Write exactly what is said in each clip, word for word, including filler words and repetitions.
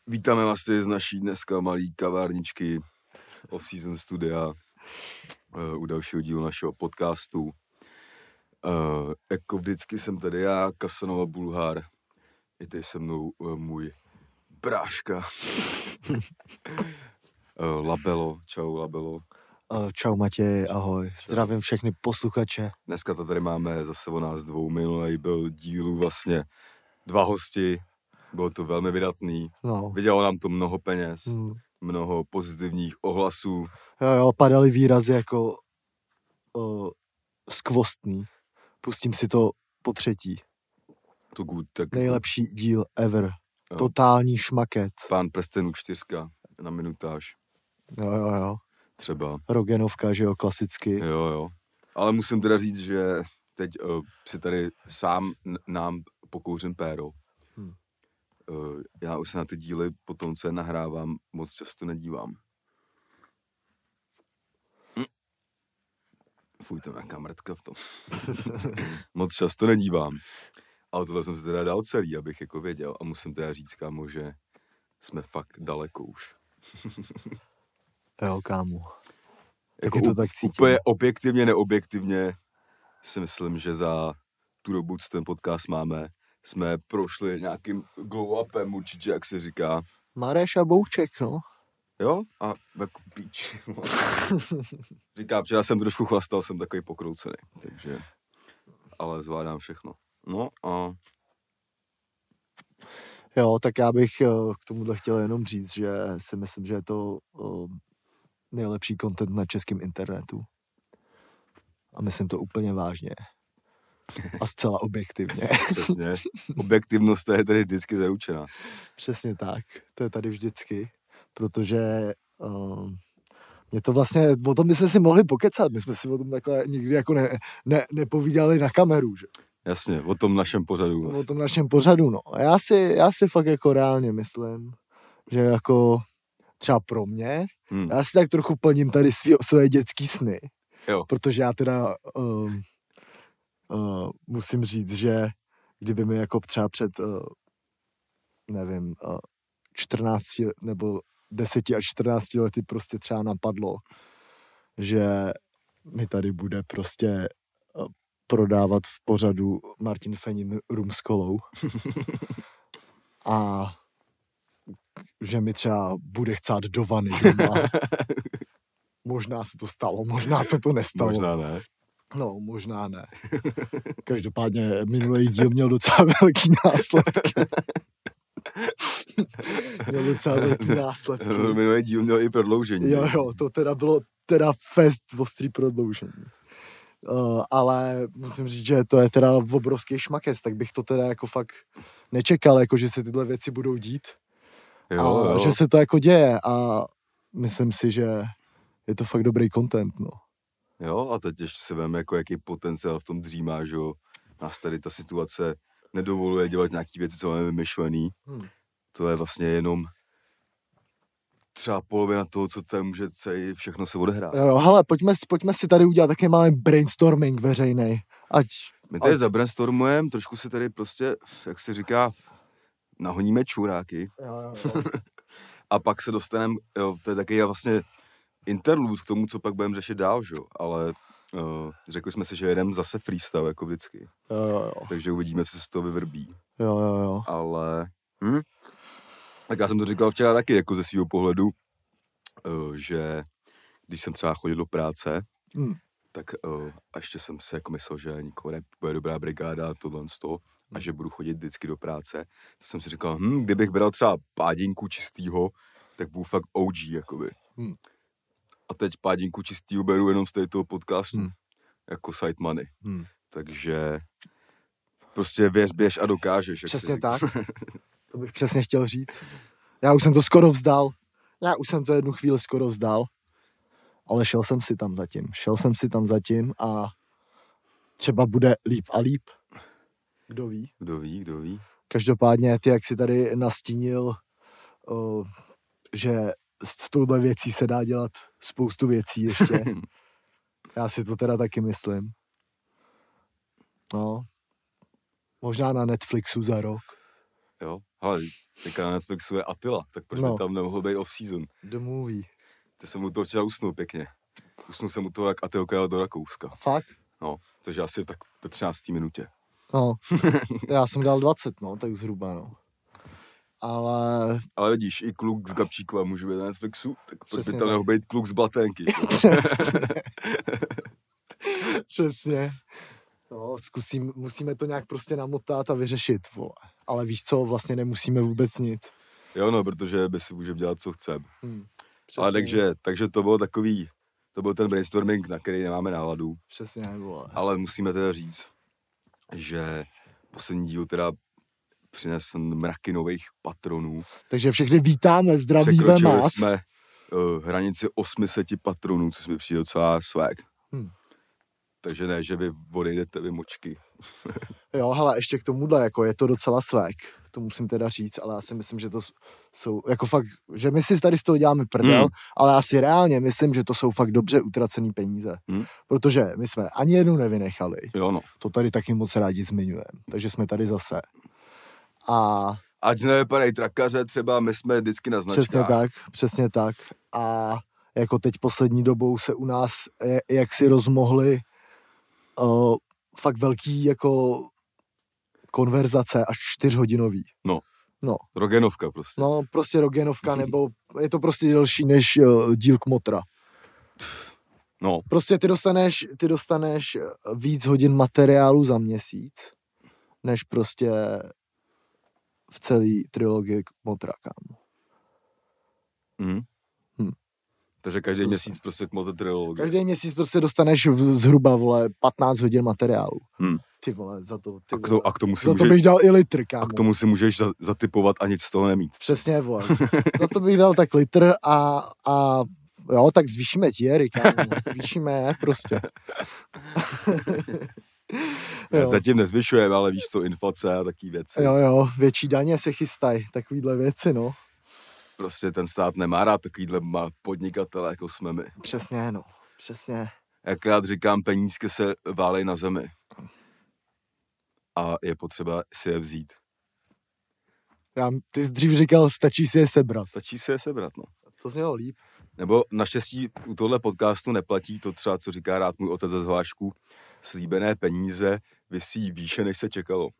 Vítáme vás tady z naší dneska malý kavárničky off-season studia uh, u dalšího dílu našeho podcastu. Uh, jako vždycky jsem tady já, Kasanova Bulhár. Je tady se mnou uh, můj bráška. uh, Labelo, čau Labelo. Uh, čau Matěj, ahoj. Zdravím všechny posluchače. Dneska to tady máme zase o nás dvou. Minulej byl dílu vlastně dva hosti. Bylo to velmi vydatný. No. Vydělalo nám to mnoho peněz, Hmm. mnoho pozitivních ohlasů. Jo, jo, padaly výrazy jako uh, skvostný. Pustím si to po třetí. To good, tak Nejlepší díl ever. Jo. Totální šmaket. Pán prstenů čtyřka na minutáž. Jo, jo, jo. Třeba. Rogenovka, že jo, klasicky. Jo, jo. Ale musím teda říct, že teď uh, si tady sám n- nám pokouřím péro. Hmm. Uh, já už se na ty díly po tom, co je nahrávám, moc často nedívám. Hm. Fuj, to je nějaká mrtka v tom. Moc často nedívám. Ale tohle jsem si teda dal celý, abych jako věděl. A musím teda říct, kámo, že jsme fakt daleko už. Jo, kámo. Jako Taky to u- tak cítím. Úplně objektivně, neobjektivně si myslím, že za tu dobu, co ten podcast máme, jsme prošli nějakým glow-upem určitě, jak se říká. Mareš a Bouček, no. Jo? A jako píč. Říkám, včera jsem trošku chlastal, jsem takový pokroucený, takže, ale zvládám všechno. No a Jo, tak já bych uh, k tomuhle chtěl jenom říct, že si myslím, že je to uh, nejlepší content na českém internetu. A myslím to úplně vážně. A zcela objektivně. přesně, objektivnost je tady vždycky zaručená. Přesně tak. To je tady vždycky. Protože uh, mě to vlastně, o tom bychom si mohli pokecat. My jsme si o tom takhle nikdy jako ne, ne, nepovídali na kameru, že? Jasně, o tom našem pořadu. O tom našem pořadu, no. A já si, já si fakt jako reálně myslím, že jako třeba pro mě, Hmm. já si tak trochu plním tady svý, svoje dětský sny. Jo. Protože já teda um, uh, musím říct, že kdyby mi jako třeba před, uh, nevím, uh, čtrnácti nebo deseti a čtrnácti lety prostě třeba napadlo, že mi tady bude prostě uh, prodávat v pořadu Martin Fenin rum s kolou. A že mi třeba bude chcát do vany doma. Možná se to stalo, možná se to nestalo. Možná ne. No, možná ne. Každopádně minulý díl měl docela velký následky. měl docela velký následky. Minulý díl měl i prodloužení. Jo, jo, to teda bylo teda fest ostrý prodloužení. Uh, ale musím říct, že to je teda obrovský šmakec, tak bych to teda jako fakt nečekal, jako že se tyhle věci budou dít. Jo, a jo. že se to jako děje a myslím si, že je to fakt dobrý content, no. Jo, a teď ještě si veme, jako jaký potenciál v tom dřímá, že jo. Nás tady ta situace nedovoluje dělat nějaký věci, co máme vymyšlený. Hmm. To je vlastně jenom třeba polovina toho, co tady může celý všechno se odehrát. Jo, hele, pojďme, pojďme si tady udělat taky malý brainstorming veřejnej. Ať, My tady ať... zabrainstormujeme, trošku si tady prostě, jak se říká, nahoníme čuráky Jo, jo, jo. a pak se dostaneme, jo, to je taky vlastně interlude k tomu, co pak budeme řešit dál, že jo, ale uh, řekli jsme si, že jedeme zase freestyle, jako vždycky, jo, jo, jo. takže uvidíme, co se z toho vyvrbí, jo, jo, jo. ale hm? Tak já jsem to říkal včera taky, jako ze svého pohledu, uh, že když jsem třeba chodil do práce, Hmm. tak uh, a ještě jsem si jako myslel, že nikoho nebude dobrá brigáda, tohle z toho, a že budu chodit vždycky do práce. Tak jsem si říkal, hm, kdybych bral třeba pádinku čistýho, tak budu fakt O G, jakoby. Hmm. A teď pádinku čistýho beru jenom z tady toho podcastu, Hmm. jako side money. Hmm. Takže prostě věř, běž a dokážeš. Jak se Přesně říká. tak. To bych přesně chtěl říct. Já už jsem to skoro vzdal. Já už jsem to jednu chvíli skoro vzdal. Ale šel jsem si tam zatím. Šel jsem si tam zatím a třeba bude líp a líp. Kdo ví? Kdo ví, kdo ví. Každopádně ty, jak jsi tady nastínil, o, že s touhle věcí se dá dělat spoustu věcí ještě. Já si to teda taky myslím. No. Možná na Netflixu za rok. Jo, ale teďka na Netflixu je Attila, tak proč no. by tam nemohl být off-season? The movie. Ty jsem u toho včera usnul pěkně. Usnul jsem u toho, jak Attilka jel do Rakouska. Fakt? No, což asi tak ve třinácté minutě. No, já jsem dal dvacet, no, tak zhruba, no. Ale... Ale vidíš, i kluk z Gabčíkova může být na Netflixu, tak proč by tam tak. nemohl být kluk z Blaténky? Přesně. Přesně. No, zkusím, musíme to nějak prostě namotat a vyřešit, vole. Ale víš co, vlastně nemusíme vůbec nic. Jo, no, protože by si můžeme dělat, co chceme. Hmm, ale takže, takže to bylo takový, to byl ten brainstorming, na který nemáme náladu. Přesně, vole. Ale musíme teda říct, že poslední díl teda přinesl mraky nových patronů. Takže všechny vítáme, zdravíme Překročili vás. jsme uh, hranici osm set patronů, což mi přijde docela swag. Hmm. Takže ne, že vy odejdete vy močky. Jo, hele, ještě k tomuhle, jako je to docela swag, to musím teda říct, ale já si myslím, že to jsou, jako fakt, že my si tady z toho děláme prdel, hmm. ale já si reálně myslím, že to jsou fakt dobře utracený peníze, hmm. protože my jsme ani jednu nevynechali, jo, no. To tady taky moc rádi zmiňujeme, takže jsme tady zase. A... Ať nevypadají trakaře, třeba my jsme vždycky na značkách. Přesně tak, přesně tak. A jako teď poslední dobou se u nás, jak si rozmohli uh, fakt velký jako konverzace až čtyřhodinový. No, no. Rogenovka prostě. No, prostě Rogenovka, nebo je to prostě delší než uh, díl Kmotra. No. Prostě ty dostaneš, ty dostaneš víc hodin materiálu za měsíc, než prostě v celé trilogii Kmotra, kámo. Mm. Hm. Takže každý prostě. měsíc prostě Kmotr trilogie. Každý měsíc prostě dostaneš v, zhruba, vole, patnáct hodin materiálu. Hm. Ty vole, za to, ty a, k to, a k tomu si za můžeš, to bych dal i litr, kámo. A k tomu si můžeš za, zatypovat a nic z toho nemít. Přesně, vole. Za to bych dal tak litr a, a jo, tak zvýšíme tiery, kámo. Zvýšíme je prostě. Zatím nezvyšujeme, ale víš co, inflace a takové věci. Jo, jo, větší daně se chystají, takovýhle věci, no. Prostě ten stát nemá rád takovýhle podnikatele, jako jsme my. Přesně, no, přesně. Jak já říkám, penízky se válej na zemi. A je potřeba si je vzít. Já, ty jsi dřív říkal, stačí si je sebrat. Stačí si je sebrat, no. To znělo líp. Nebo naštěstí u tohle podcastu neplatí to třeba, co říká rád můj otec ze Zvášku, slíbené peníze visí výše, než se čekalo.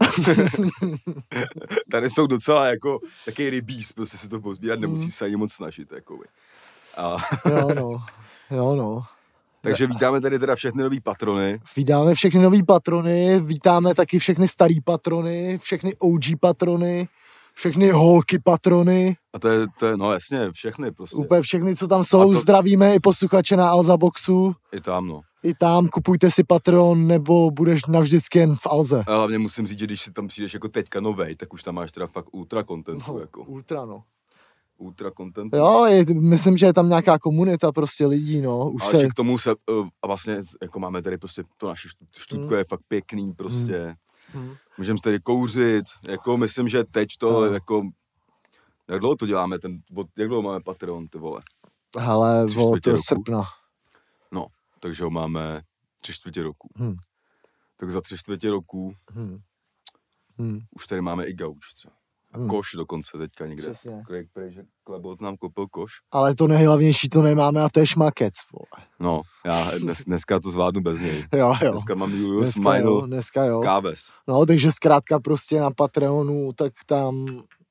Tady jsou docela jako takový rybíz, prostě si to pozbírat, nemusí se ani moc snažit, jakoby. A... jo, no. Jo, no. Takže vítáme tady teda všechny nový patrony. Vítáme všechny nový patrony, vítáme taky všechny starý patrony, všechny O G patrony, všechny holky patrony. A to je, to je, no jasně, všechny prostě. Úplně všechny, co tam jsou, to... zdravíme i posluchače na Alza Boxu. I tam, no. I tam, kupujte si Patreon, nebo budeš navždycky jen v Alze. A hlavně musím říct, že když si tam přijdeš jako teďka novej, tak už tam máš teda fakt ultra contentu, no, jako. Ultra, no. Ultra contentu. Jo, je, myslím, že je tam nějaká komunita prostě lidí, no. Už ale se... k tomu se, uh, a vlastně, jako máme tady prostě, to naše štutko hmm. je fakt pěkný, prostě. Hmm. Můžeme tady kouřit, jako myslím, že teď to, no. jako, jak dlouho to děláme, ten, jak dlouho máme Patreon, ty vole? Hele, od srpna. No, takže ho máme tři čtvrtě roku. Hmm. Tak za tři čtvrtě roku hmm. Hmm. už tady máme i gauč třeba. A hmm. koš dokonce teďka někde. Přesně. Prej, že Klebot nám koupil koš. Ale to nejhlavnější to nemáme a to je šmakec, vole. No, já dnes, dneska to zvládnu bez něj. Jo, jo. Dneska mám Julius dneska Smile, jo, dneska jo. Káves. No, takže zkrátka prostě na Patreonu, tak tam,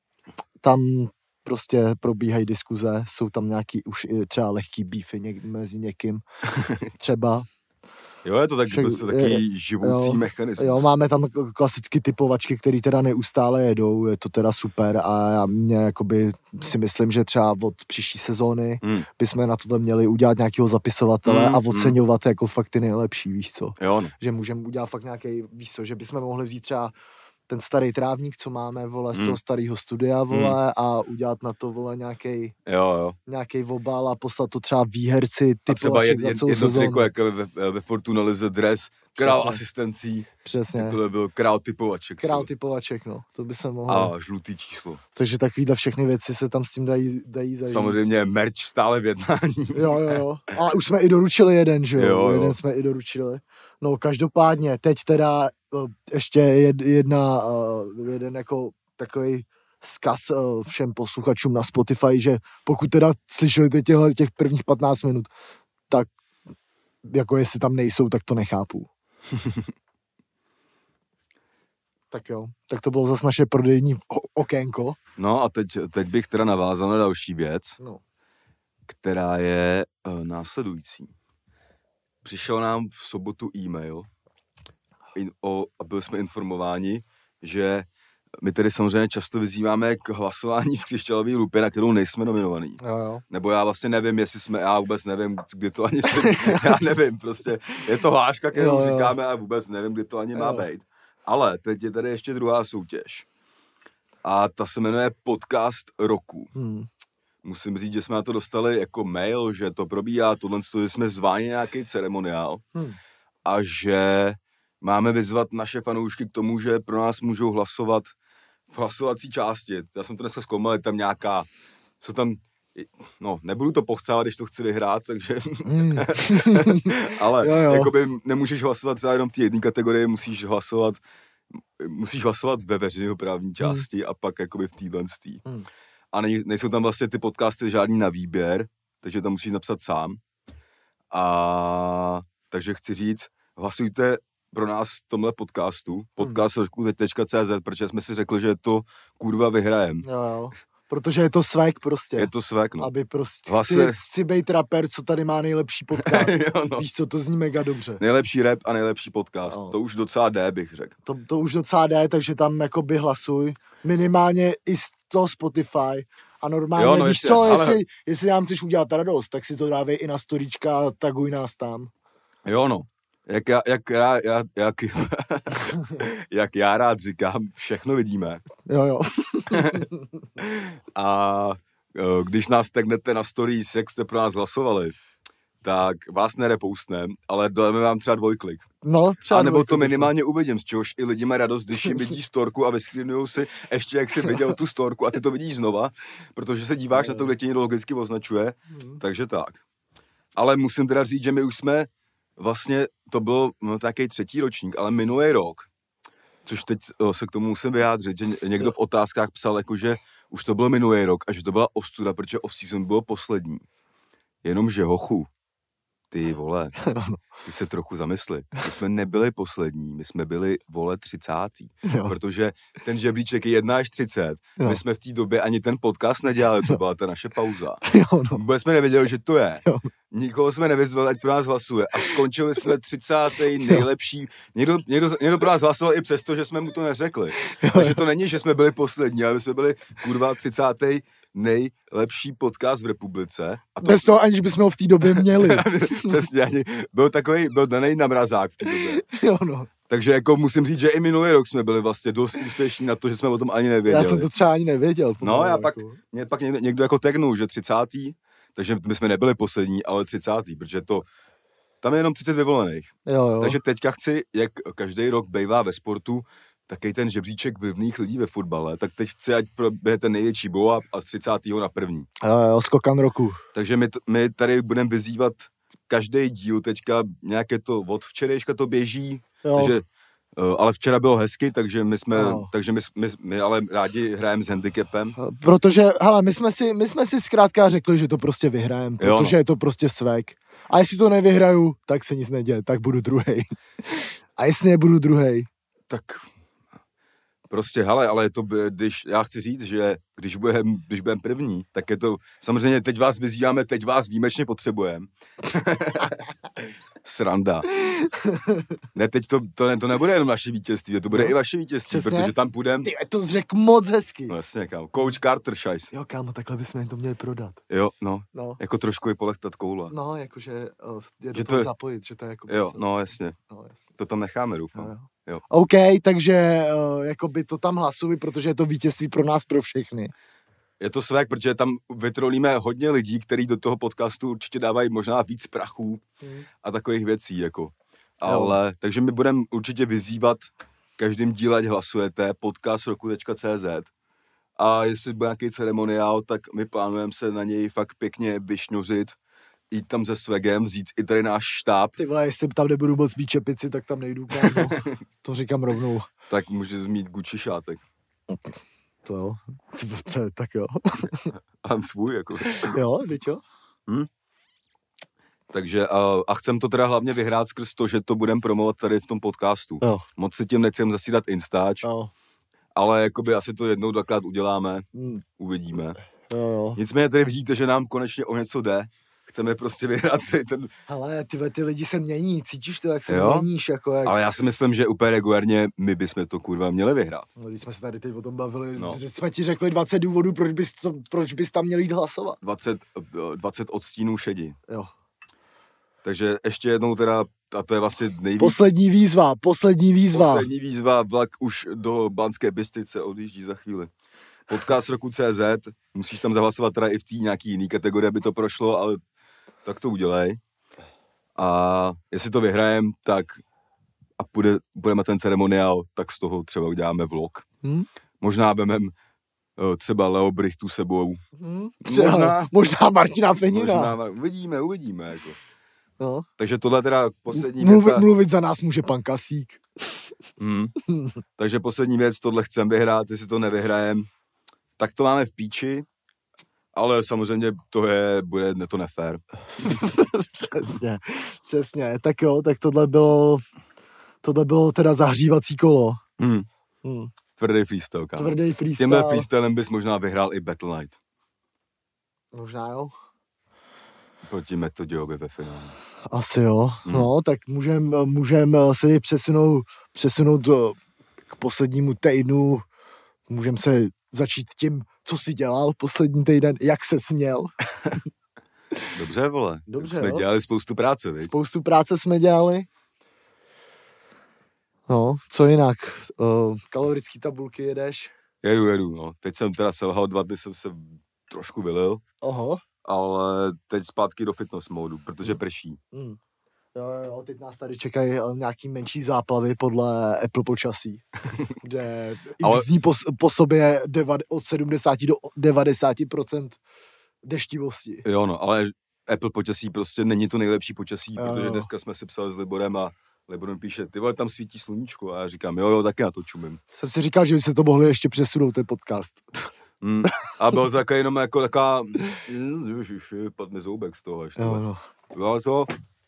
tam prostě probíhají diskuze, jsou tam nějaký už i třeba lehký beefy něk, mezi někým, třeba. Jo, je to tak, Však, prostě taky živoucí jo, mechanismus. Jo, máme tam klasicky typovačky, které teda neustále jedou, je to teda super a já mě jakoby si myslím, že třeba od příští sezóny hmm. bychom na tohle měli udělat nějakého zapisovatele hmm, a oceňovat hmm. jako fakt ty nejlepší, víš co. Jo, no. Že můžeme udělat fakt nějaký, víš co, že bychom mohli vzít třeba ten starý trávník, co máme, vole, z toho hmm. starého studia, vole, hmm. a udělat na to, vole, nějaký nějaký obal a poslat to třeba výherci typovaček za celou sezónu. A třeba jedno jako ve, ve Fortuna Lize dres, král Přesně. asistencí. Přesně. Jak tohle byl král typovaček. Král typovaček, no, to by se mohlo. A žlutý číslo. Takže takovýhle všechny věci se tam s tím dají, dají zažít. Samozřejmě merch stále v jednání. Jo, jo, jo. A už jsme i doručili jeden, že jo? jo jeden jo. jsme i doručili. No, každopádně, teď teda ještě jedna, jeden jako takový vzkaz uh, všem posluchačům na Spotify, že pokud teda slyšeli těch, těch prvních patnáct minut, tak jako jestli tam nejsou, tak to nechápu. Tak jo, tak to bylo zase naše prodejní okénko. No a teď, teď bych teda navázal na další věc, no. která je uh, následující. Přišel nám v sobotu e-mail in, o, a byli jsme informováni, že my tedy samozřejmě často vyzýváme k hlasování v křišťálové lupě, na kterou nejsme nominovaný. Jo, jo. Nebo já vlastně nevím, jestli jsme, já vůbec nevím, kdy to ani se, já nevím, prostě je to hláška, kterou jo, jo. říkáme a vůbec nevím, kdy to ani má být. Ale teď je tady ještě druhá soutěž. A ta se jmenuje Podcast roku. Hmm. Musím říct, že jsme na to dostali jako mail, že to probíhá, tohle, že jsme zváni nějaký ceremoniál hmm. a že máme vyzvat naše fanoušky k tomu, že pro nás můžou hlasovat v hlasovací části. Já jsem to dneska zkoumal, je tam nějaká, jsou tam, no, nebudu to pochcávat, když to chci vyhrát, takže, mm. ale jo, jo. Jakoby nemůžeš hlasovat třeba jenom v té jedné kategorii, musíš hlasovat, musíš hlasovat ve veřejnoprávní části mm. a pak jakoby v téhle stý. Mm. A nej, nejsou tam vlastně ty podcasty žádný na výběr, takže tam musíš napsat sám. A takže chci říct, hlasujte pro nás v tomhle podcastu, podcast roku tečka cé zet, protože jsme si řekli, že to kurva vyhrajem. Jo, jo. Protože je to svek prostě. Je to svek, no. Aby prostě Hlase... chci, chci bejt rapper, co tady má nejlepší podcast. jo, no. Víš co, to zní mega dobře. Nejlepší rap a nejlepší podcast. No. To už docela jde, bych řekl. To, to už docela jde, takže tam jakoby hlasuj. Minimálně i z toho Spotify. A normálně, jo, no, víš ještě, co, ale... jestli, jestli nám chceš udělat radost, tak si to dávej i na storíčka a taguj nás tam. Jo, no. Jak já, jak já, jak, jak, jak já rád říkám, všechno vidíme. Jo, jo. A když nás tagnete na stories, jak jste pro nás hlasovali, tak vás nerepoustneme, ale dáme vám třeba dvojklik. No, třeba a nebo to minimálně uvidím, z čehož i lidi mají radost, když jim vidí storku a vyskrýnujou si ještě, jak jsi viděl tu storku a ty to vidíš znova, protože se díváš no, na to, kde tě někdo logicky označuje, mm. takže tak. Ale musím teda říct, že my už jsme vlastně, to bylo no, takový třetí ročník, ale minulý rok, což teď o, se k tomu musím vyjádřit, že někdo v otázkách psal, jako, že už to bylo minulý rok a že to byla ostuda, protože off-season bylo poslední. Jenomže hochu, ty vole, ty se trochu zamysli. My jsme nebyli poslední, my jsme byli, vole, třicátý. Jo. Protože ten žebříček je jedna až třicet. Jo. My jsme v té době ani ten podcast nedělali, to byla ta naše pauza. Jo, no. Vůbec jsme nevěděli, že to je. Jo. Nikoho jsme nevyzvali, ať pro nás hlasuje. A skončili jsme třicátý nejlepší. Někdo, někdo, někdo pro nás hlasoval i přesto, že jsme mu to neřekli. Jo. Takže to není, že jsme byli poslední, ale my jsme byli, kurva, třicátý nejlepší podcast v republice. A to... Bez toho, aniž bychom ho v té době měli. Přesně, ani byl takový, byl danej na mrazák v té době. Jo, no. Takže jako musím říct, že i minulý rok jsme byli vlastně dost úspěšní na to, že jsme o tom ani nevěděli. Já jsem to třeba ani nevěděl. No, já pak, mě pak někdo, někdo jako tagnul, že třicátý, takže my jsme nebyli poslední, ale třicátý, protože to, tam je jenom třicet vyvolených. Jo, jo. Takže teďka chci, jak každý rok bejvá ve sportu, takový ten žebříček vlivných lidí ve fotbale, tak teď chci, ať proběhne ten největší boa a z třicátého na první. Jo, jo, skokan roku. Takže my, t- my tady budeme vyzývat každý díl teďka, nějaké to, od včerejška to běží, takže, uh, ale včera bylo hezky, takže my jsme, no. takže my, my, my ale rádi hrajeme s handicapem. Protože, hele, my jsme si, my jsme si zkrátka řekli, že to prostě vyhrajeme, protože jo, no. je to prostě svek. A jestli to nevyhraju, tak se nic neděje, tak budu druhej. A jestli nebudu druhej, tak... Prostě, hele, ale je to, když, já chci říct, že když budeme když budem první, tak je to, samozřejmě teď vás vyzýváme, teď vás výjimečně potřebujeme. Sranda. Ne, teď to, to, to nebude jenom naše vítězství, to bude no. i vaše vítězství, Přesně? Protože tam půjdeme. Ty, to řekl moc hezky. No jasně, kámo. Coach Carter, šajs. Jo, kámo, takhle bychom to měli prodat. Jo, no. no. Jako trošku je polechtat koule. No, jakože je do že toho to je... zapojit, že to je jako... Jo, no jasně. no jasně. To tam necháme, doufám. No, jo. Jo. OK, takže uh, jakoby to tam hlasuji, protože je to vítězství pro nás, pro všechny. Je to svek, protože tam vytrolíme hodně lidí, kteří do toho podcastu určitě dávají možná víc prachů hmm. a takových věcí, jako. Ale, jo. takže my budeme určitě vyzývat každým díle, ať hlasujete, podcast roku tečka cé zet. A jestli bude nějaký ceremoniál, tak my plánujeme se na něj fakt pěkně vyšňořit, jít tam se svegem, vzít i tady náš štáb. Ty vole, jestli tam nebudu moc mít čepici, tak tam nejdu, kámo. To říkám rovnou. Tak můžeš mít Gucci šátek. To jo. Ty, to, tak jo. A mám svůj, jako. Jo, teď jo. Hm? Takže a, a chcem to teda hlavně vyhrát skrz to, že to budem promovat tady v tom podcastu. Jo. Moc si tím nechcem zasídat Instač, Jo. ale jakoby asi to jednou, dvakrát uděláme, Mm. uvidíme. Jo, jo. Nicméně tady vidíte, že nám konečně o něco jde. Chceme prostě vyhrát ten... Ale ty, ty lidi se mění, cítíš to, jak se Jo? měníš, jako jak... Ale já si myslím, že úplně regulárně my bychom to kurva měli vyhrát. No, když jsme se tady teď o tom bavili, No. no. jsme ti řekli dvacet důvodů, proč bys, to, proč bys tam měl jít hlasovat. dvacet, dvacet odstínů šedi. Jo. Takže ještě jednou teda, a to je vlastně nejvíc... Poslední výzva, poslední výzva. Poslední výzva, vlak už do Banské Bystrice odjíždí za chvíli. Podcast roku C Z, musíš tam zahlasovat teda i v té nějaký jiný kategorii, aby to prošlo, ale tak to udělej. A jestli to vyhrajem, tak a půjde, budeme ten ceremoniál, tak z toho třeba uděláme vlog. Hmm? Možná vemem uh, třeba Leo Brichtu sebou. Hmm? Třeba, Možná. možná, možná Martina Fenina. Možná, uvidíme, uvidíme. Jako. No. Takže tohle teda poslední Mluvit, věta. mluvit za nás může pan Kasík. Hmm. Takže poslední věc, tohle chcem vyhrát, jestli to nevyhrajem, tak to máme v píči, ale samozřejmě to je, bude to nefér. Přesně, přesně. Tak jo, tak tohle bylo, tohle bylo teda zahřívací kolo. Hmm. Hmm. Tvrdý freestyle, kámo. Tvrdý S freestyle. tímhle freestylem bys možná vyhrál i Battle Night. Možná jo. Proti Metodějovi ve finále. Asi jo. Hmm. No, tak můžeme můžem se přesunout, přesunout do, k poslednímu týdnu. Můžeme se začít tím, co jsi dělal poslední týden, jak se směl. Dobře, vole. Dobře, Jsme jo. dělali spoustu práce, viď? Spoustu práce jsme dělali. No, co jinak? Uh, kalorický tabulky jedeš? Jedu, jedu, no. Teď jsem teda selhal, dva dny jsem se trošku vylil, Oho. ale teď zpátky do fitness módu, protože prší. Hmm. Jo, jo, jo, teď nás tady čekají eh, nějaký menší záplavy podle Apple počasí, kde Ale- zní po, po sobě deva, od sedmdesát do devadesát procent deštivosti. Jo, no, ale Apple počasí prostě není to nejlepší počasí, Jo, protože jo. dneska jsme si psali s Liborem a Libor mi píše, ty vole, tam svítí sluníčko a já říkám, jo, jo, taky na to čumím. Jsem si říkal, že by se to mohlo ještě přesunout, ten podcast. Hmm. A bylo to takový jenom jako taková, ježiši, padne zoubek z toho, až Jo, to. no. Ale to,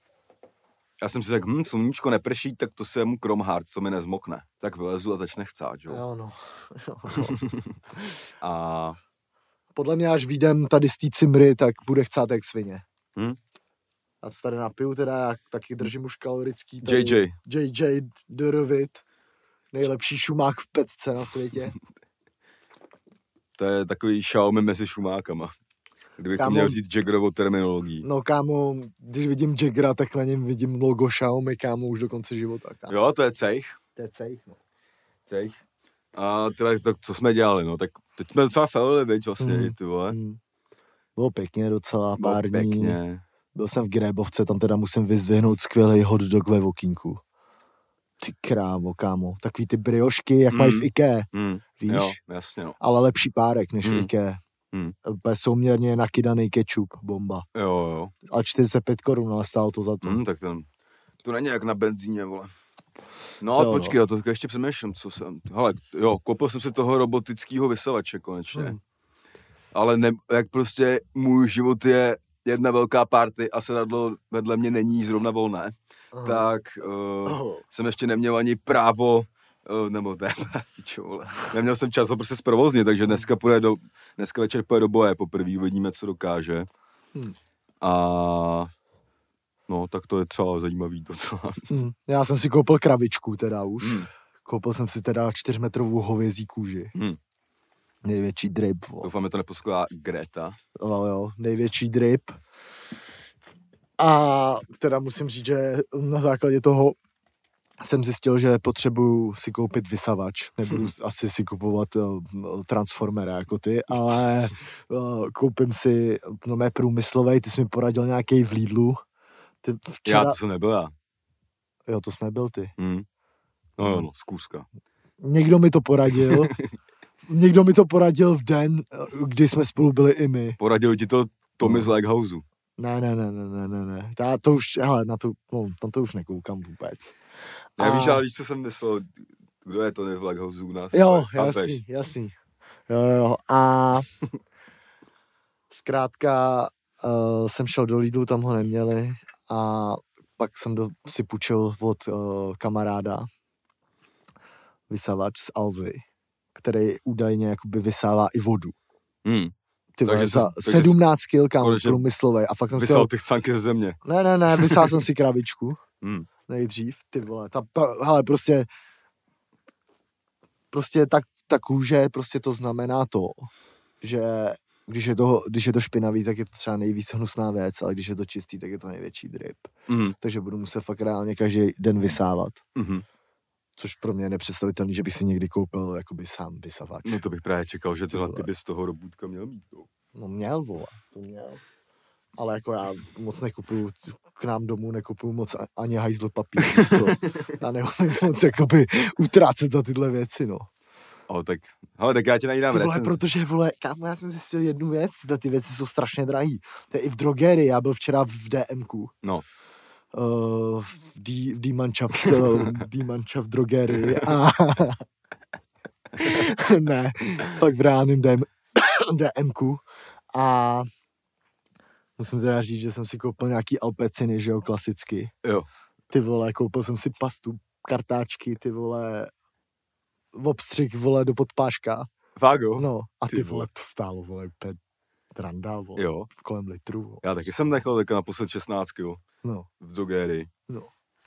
já jsem si řekl, hm, sluníčko neprší, tak to se mu Chromehard, co mi nezmokne. Tak vylezu a začne chcát, jo. Jo, no. Jo, no. A Podle mě, až vyjdem tady z té cimry, tak bude chcát jak svině. Hm? Já se tady napiju, teda já taky držím už kalorický. J tady J. J J Dorovit. Nejlepší šumák v petce na světě. To je takový Xiaomi mezi šumákama. Kdybych to Kámo- měl vzít Jaggerovou terminologií. No kámo, když vidím Jaggera, tak na něm vidím logo Xiaomi, kámo, už do konce života. Kámo. Jo, to je cejch. To je cejch, no. Cejch. A tyhle, tak co jsme dělali, no, tak teď jsme docela felili, viď, vlastně, Mm. i ty vole. Hmm. Bylo pěkně docela, Bylo pár dní. pěkně. Byl jsem v Grébovce, tam teda musím vyzdvihnout skvělý hot dog ve Vokínku. Ty krávo, kámo. Takový ty briošky, jak Mm. mají v IKEA, Mm. víš? Jo, jasně, no. Ale lepší párek než Mm. v IKEA. Mm. Úplně souměrně nakydaný kečup, bomba. Jo, jo. A čtyřicet pět korun, ale stálo to za to. Mm, tak ten, to není jak na benzíně, vole. No, Jo, jo, počkej, já to tak ještě přemýšlím, co jsem, hele, jo, koupil jsem si toho robotického vysavače konečně. Hmm. Ale ne, jak prostě můj život je jedna velká party a sedadlo vedle mě není zrovna volné, Aha. tak uh, Oh. jsem ještě neměl ani právo, uh, nebo ne, čo, vole. Neměl jsem čas ho prostě zprovoznit, takže dneska půjde do, dneska večer půjde do boje poprvé, uvidíme, co dokáže. Hmm. A no, tak to je třeba zajímavý docela. Hmm. Já jsem si koupil kravičku teda už. Hmm. Koupil jsem si teda čtyřmetrovou hovězí kůži. Hmm. Největší drip, vole. Doufám, že to neposlouchá Greta. Jo, jo, největší drip. A teda musím říct, že na základě toho jsem zjistil, že potřebuju si koupit vysavač. Nebudu asi si kupovat uh, transformera jako ty, ale uh, koupím si no mé průmyslovej, ty jsi mi poradil nějaký v Lidlu. Ty včera... Já to jsem nebyl já. Jo, to jsi nebyl ty. Hmm. No jo, no, zkouška. Někdo mi to poradil. Někdo mi to poradil v den, kdy jsme spolu byli i my. Poradil ti to Tommy z Lighthouseu. Ne, ne, ne, ne, ne, ne, ne. Ta, to už, hele, na to, no, na to už nekoukám vůbec. Já víš, ale víš, co jsem myslel, kdo je Tony z Lighthouseu u nás? Jo, Pampeš. jasný, jasný. Jo, jo, a zkrátka uh, jsem šel do Lidlu, tam ho neměli a pak jsem do, si půjčil od uh, kamaráda vysavač z Alzy, který údajně jakoby vysává i vodu. Hmm. Ty vole, Takže za jsi- sedmnáct kil, kámo, konečně průmyslovej. A fakt jsem si Vysal ho... ty chcanky ze země. Ne, ne, ne, vysál jsem si krabičku. Hmm. Nejdřív, ty vole, ta, ta, hele, prostě, prostě tak, ta kůže, prostě to znamená to, že když je to, když je to špinavý, tak je to třeba nejvíc hnusná věc, ale když je to čistý, tak je to největší drip. Mm. Takže budu muset fakt reálně každý den vysávat. Mm-hmm. Což pro mě je nepředstavitelný, že bych si někdy koupil jakoby sám vysavač. No to bych právě čekal, že tohle Ty ty by z toho robůtka měl mít. No. No měl, vole, to měl. Ale jako já moc nekupuju, k nám domů nekupuju moc ani hajzl papír, co? Já neumím moc jakoby utrácet za tyhle věci, no. O, tak, ale tak já tě najdám Ty vole, recenzi. protože, vole, kámo, já jsem zjistil jednu věc, tyhle ty věci jsou strašně drahý. To je i v drogerii, já byl včera v DMku. No. Uh, v D, v D-Mannschaft, uh, D-Mannschaft drogerii a ne, fakt v reálném DM, DMku a musím teda říct, že jsem si koupil nějaký Alpeciny, že jo, klasicky. Jo. Ty vole, koupil jsem si pastu, kartáčky, ty vole, obstřih, vole, do podpáška. Fakt jo? No, a ty, Ty vole, to stálo, vole, úplně randál, vole, Jo. kolem litru, vole. Já taky jsem nechal teďka naposled šestnáct kil No, v drogérii. no.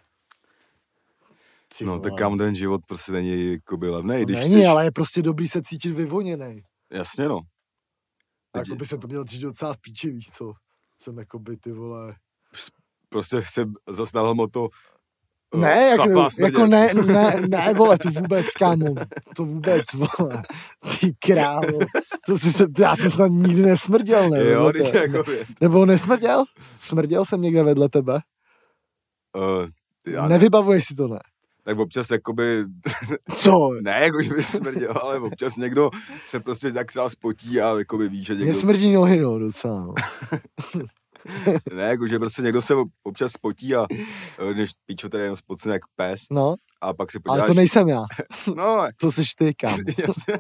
Ty No, vole. tak kam ten život prostě není jakoby levnej, No když není, chceš... ale je prostě dobrý se cítit vyvoněnej. Jasně no. A jako by se to mělo dřív docela v píči, víš co? Jsem jakoby, ty vole... Prostě jsem zastal moto... Ne, jako, chlapá smrdět. jako ne, ne, ne, vole, to vůbec, kámo, to vůbec, vole, ty krávo, to si se, já jsem snad nikdy nesmrděl, ne? Jo, vedle když te- jako... Nebo nesmrděl? Smrděl jsem někde vedle tebe? Uh, já ne. Nevybavuješ si to, ne? Tak občas jakoby... Co? ne, jako že by smrděl, ale občas někdo se prostě tak třeba spotí a jakoby ví, že Mě někdo... smrdí nohy, no, docela, no. Ne, jako že prostě někdo se občas spotí a eh, když píčo tady jenom spocne jak pes No, a pak si podíváš... ale to nejsem já, No, to seš ty, kámo. jasně.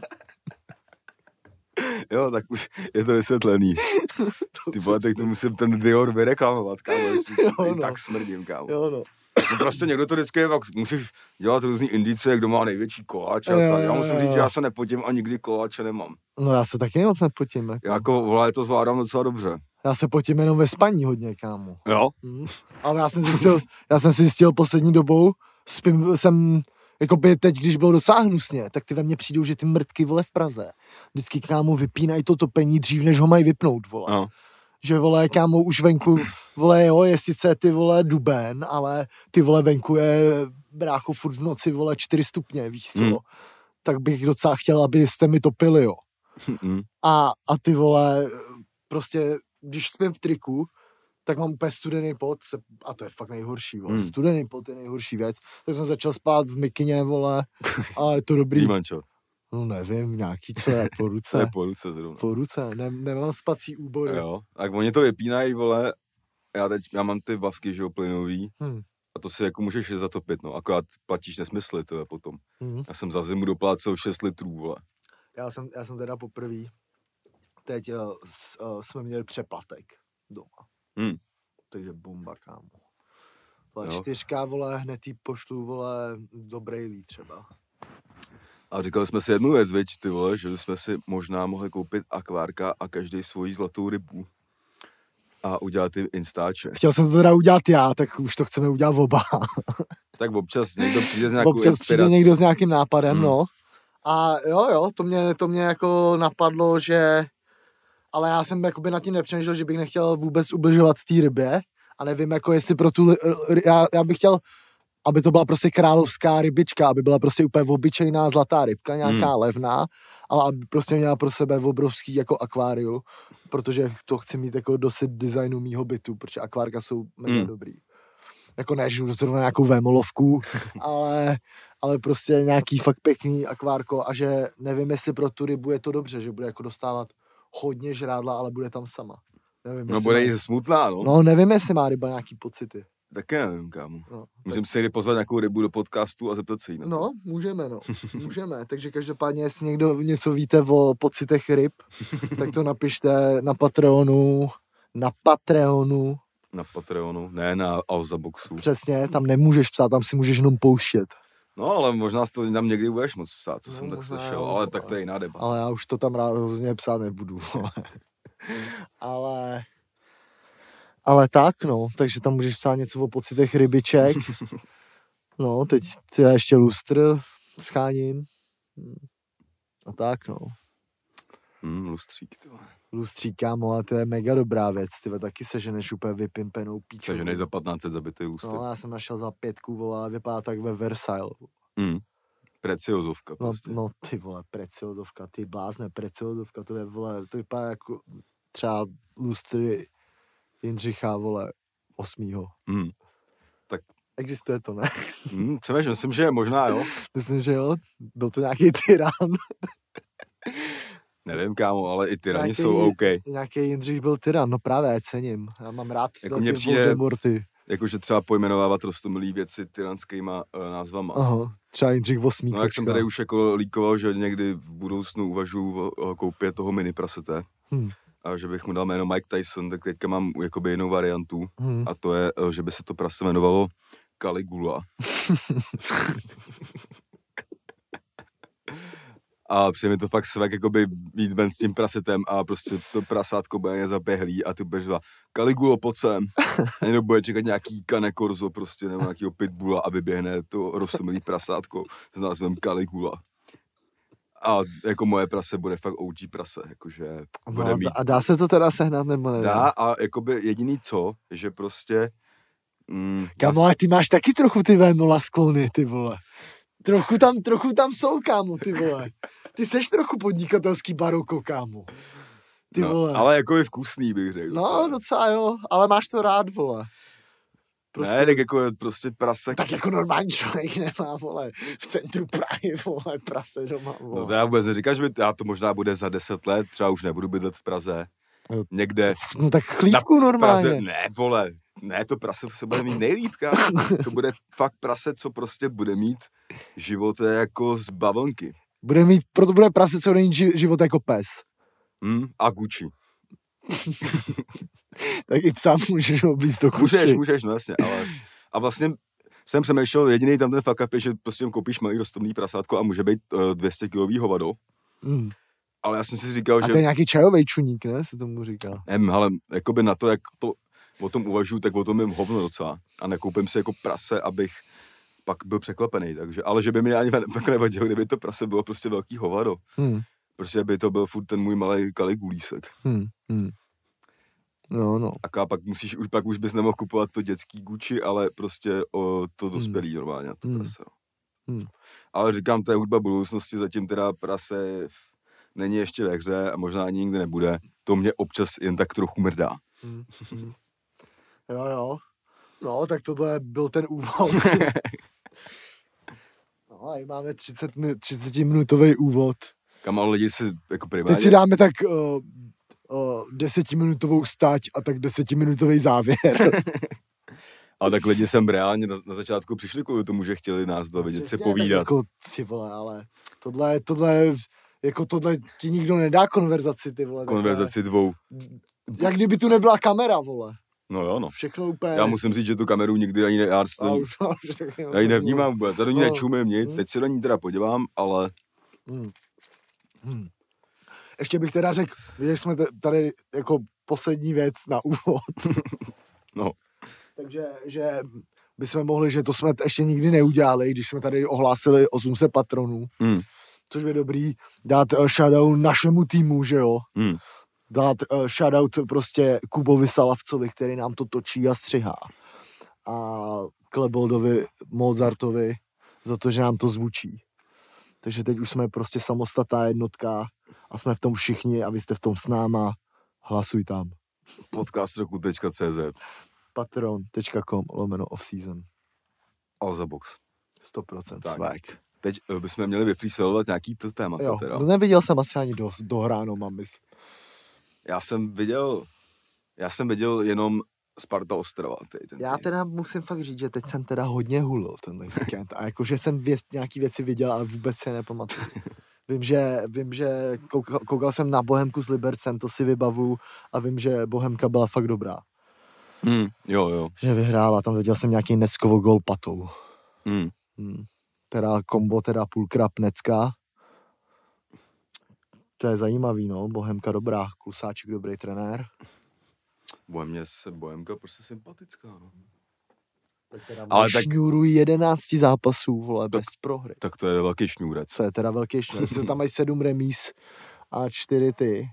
Jo, tak už je to vysvětlený. Ty vole, tak to musím ten Dior vyreklamovat, kámo, jestli Jo, jo, no. tak smrdím, kámo. Jo, no. No prostě někdo to vždycky, pak musíš dělat různý indice, jak kdo má největší koláč a Jo, tak. Já jo, musím jo, říct, že jo. já se nepotím a nikdy koláče nemám. No já se taky moc nepotím, jako. Já jako, vole, to zvládám docela dobře. Já se potím jenom ve spaní hodně, kámo. Jo? Hmm. Ale já jsem zjistil, já jsem si zjistil poslední dobou, spím, jsem, jako by teď, když bylo docela hnusně, tak ty ve mně přijdou, že ty mrtky, vole, v Praze, vždycky, kámo, vypínají to topení dřív, než ho mají vypnout, vole. No. Že, vole, kámo, už venku, vole, jo, je sice ty, vole, duben, ale ty, vole, venku je, brácho, furt v noci, vole, čtyři stupně, víš co? Hmm. Tak bych docela chtěl, abyste mi topili, jo. Mm. A, a ty, vole, prostě, když spím v triku, tak mám úplně studený pot, se, a to je fakt nejhorší, vole. Hmm. Studený pot je nejhorší věc. Tak jsem začal spát v mikině, vole, a je to dobrý. Dímančo. No nevím, nějaký, co je, po To ruce. je po ruce zrovna. Po ruce, ne, nemám spací úbory. Jo, tak oni to vypínají, vole, já teď, já mám ty vavky, že jo, plynový, Hmm. a to si jako můžeš je zatopit, no, akorát platíš nesmysly, to je potom. Hmm. Já jsem za zimu doplácel šest litrů, vole. Já jsem, já jsem teda poprvé, teď uh, s, uh, jsme měli přeplatek doma. Hmm. Takže bomba, kámo. Vole, Jo. čtyřka, vole, hned jí pošlu, vole, do Brejlí třeba. A říkali jsme si jednu věc, viď, ty vole, že jsme si možná mohli koupit akvárka a každý svoji zlatou rybu a udělat ty instáče. Chtěl jsem to teda udělat já, tak už to chceme udělat oba. Tak občas někdo přijde s nějakou Občas přijde inspirací. někdo s nějakým nápadem, Hmm. no. A jo, jo, to mě, to mě jako napadlo, že... Ale já jsem jakoby nad tím nepřemýšlel, že bych nechtěl vůbec ubližovat té rybě. A nevím, jako jestli pro tu... Já, já bych chtěl, aby to byla prostě královská rybička, aby byla prostě úplně obyčejná zlatá rybka, nějaká Hmm. levná, ale aby prostě měla pro sebe obrovský jako akvárium, protože to chci mít jako dosyt designu mýho bytu, protože akvárka jsou mega Hmm. dobrý. Jako ne, že zrovna nějakou vémolovku, ale, ale prostě nějaký fakt pěkný akvárko a že nevím, jestli pro tu rybu je to dobře, že bude jako dostávat hodně žrádla, ale bude tam sama. Nevím, No jestli bude má- jí smutná, no. no nevím, jestli má ryba nějaký pocity. Taky nevím, kámo. No, Můžeme tak... se někdy pozvat nějakou rybu do podcastu a zeptat se jí na to. No, můžeme, no. Můžeme. Takže každopádně, jestli někdo něco víte o pocitech ryb, tak to napište na Patreonu, na Patreonu. Na Patreonu, ne na Alzaboxu. Přesně, tam nemůžeš psát, tam si můžeš jenom pouštět. No, ale možná to tam někdy budeš moc psát, co No, jsem tak možná slyšel, jo, ale ale... tak to je jiná debata. Ale já už to tam rád rozhodně psát nebudu. ale... Ale tak, no, takže tam můžeš psát něco o pocitech rybiček. No, teď já ještě lustr scháním. A tak, no. Hmm, lustřík, to. Lustřík, kámo, a to je mega dobrá věc, ty taky seženeš úplně vypimpenou píčku. Seženeš za patnáct set zabitý lustr. No, já jsem našel za pětku, vole, vypadá tak ve Versailles. Hmm. Preciozovka No, prostě. no, ty vole, preciozovka, ty blázne, preciozovka, to je, vole, to vypadá jako třeba lustry Jindřicha, vole, osmýho. Hmm. Tak existuje to, ne? Hmm, přemýšlím, myslím, že možná jo. Myslím, že jo, byl to nějaký tyran. Nevím, kámo, ale i tyrani Nějaký- jsou OK. Nějaký Jindřich byl tyran, no právě, já cením. Já mám rád Jako jako mně ty přijde- Voldemorty. Jakože třeba pojmenovávat roztomilý věci tyranskýma uh, názvama. Aha, třeba Jindřich osmý. No jak jsem tady už jako líkoval, že někdy v budoucnu uvažuji o, o koupě toho mini prasete. Hmm. A že bych mu dal jméno Mike Tyson, tak teďka mám jakoby jinou variantu. Hmm. A to je, eh, že by se to prase jmenovalo Caligula. A přijde mi to fakt svak, jakoby jít ven s tím prasetem a prostě to prasátko bude nezaběhlý a ty budeš dva Caligulo, pojď sem. A jenom bude čekat nějaký Cane Corso prostě, nebo nějakýho pitbulla a vyběhne to roztomilý prasátko s názvem Caligula. A jako moje prase bude fakt O G prase, jakože bude No, mít. a dá se to teda sehnat, nebo ne? Dá a jakoby jediný co, že prostě... Mm, Kámo, ale ty máš taky trochu ty vémola sklony, ty vole. Trochu tam, trochu tam jsou, kámo, ty vole. Ty seš trochu podnikatelský baroko, kámo. Ty no, vole. ale jako je vkusný, bych řekl. No, docela. docela jo, ale máš to rád, vole. Ne, tak jako je prostě prase. Tak jako normální člověk nemá, vole, v centru Prahy, vole, prase doma, vole. No to já vůbec neříkám, že by, já to možná bude za deset let, třeba už nebudu bydlet v Praze. Jo. Někde. No tak chlívku normálně. Praze, ne, vole, ne, to prase se bude mít nejlíp, kámo. To bude fakt prase, co prostě bude mít život jako z bavlnky. Bude mít, proto bude prase, co není ži- život jako pes. Hm? A Gucci. Tak i psa můžeš oblízt do kuči. Můžeš, můžeš, no jasně, ale a vlastně jsem přemýšlel, jediný tam ten fuck up je, že prostě koupíš malý rostomný prasátko a může být uh, dvě stě kilový hovado, Mm. ale já jsem si říkal, A že to je nějaký čajový čuník, ne, se tomu říká. Em, ale jakoby na to, jak to o tom uvažuji, tak o tom jim hovno docela. A nekoupím si jako prase, abych pak byl překvapený, takže, ale že by mi ani pak nevadilo, kdyby to prase bylo prostě velký hovado. Hmm. Prostě by to byl furt ten můj malý kaligulísek. Hmm. Hmm. No, no. A pak musíš, už pak už bys nemohl kupovat to dětský Gucci, ale prostě o, to dospělý normálně, to Hmm. prase. Hmm. Ale říkám, to je hudba budoucnosti, zatím teda prase není ještě ve hře a možná ani nikdy nebude. To mě občas jen tak trochu mrdá. Hmm. Hmm. Jo, jo. No, tak tohle byl ten úvod. No, a máme třicet, mi- třicetiminutový úvod. Kam ale lidi si jako primárně... Teď si dáme tak uh, uh, desetiminutovou stať a tak desetiminutový závěr. Ale tak lidi sem reálně na, na začátku přišli kvůli tomu, že chtěli nás dva vidět si Přesně, povídat. tak Jako, ty vole, ale tohle, tohle, jako tohle ti nikdo nedá konverzaci, ty vole. takhle. Konverzaci dvou. Jak kdyby tu nebyla kamera, vole. No jo, no. Všechno úplně... Já musím říct, že tu kameru nikdy ani ne, já, A to, už, a už taky já ji nevnímám vůbec, já do ní No. nečumím nic, Hmm. teď se do ní teda podívám, ale Hmm. Hmm. Ještě bych teda řekl, že jsme t- tady jako poslední věc na úvod. no, Takže že bychom mohli, že to jsme t- ještě nikdy neudělali, když jsme tady ohlásili osm set patronů, hmm, což je dobrý, dát uh, shoutout našemu týmu, že jo? hmm. Dát uh, shoutout prostě Kubovi Salavcovi, který nám to točí a střihá. A Kleboldovi Mozartovi za to, že nám to zvučí. Takže teď už jsme prostě samostatná jednotka a jsme v tom všichni a vy jste v tom s náma. Hlasuj tam. podcastroku tečka cé zet patreon tečka com lomeno off-season. Alzabox. sto procent Tak. swag. Teď uh, bychom měli vyfreestylovat nějaký to témata Jo, teda. to neviděl jsem asi ani dost dohráno, mám mysl. Já jsem viděl, já jsem viděl jenom Sparta Ostrava. Tady ten Já tým. teda musím fakt říct, že teď jsem teda hodně hulil tenhle víkend a jakože jsem věc, nějaký věci viděl, ale vůbec se nepamatuju. Vím, že, vím, že koukal, koukal jsem na Bohemku s Libercem, to si vybavu a vím, že Bohemka byla fakt dobrá. Mm, jo, jo. Že vyhrála, tam viděl jsem nějaký Neckovo gol patou. Mm. Hmm. Teda kombo, teda půlkrap Necka. To je zajímavý, no. Bohemka dobrá, Klusáček dobrý trenér. Bohemě se Bohemka prostě sympatická, no. Tak teda Ale tak- šňůrují jedenáct zápasů, vole, bez prohry. Tak to je velký šňůrec. To je teda velký šňůrec. Tam mají sedm remíz a čtyři ty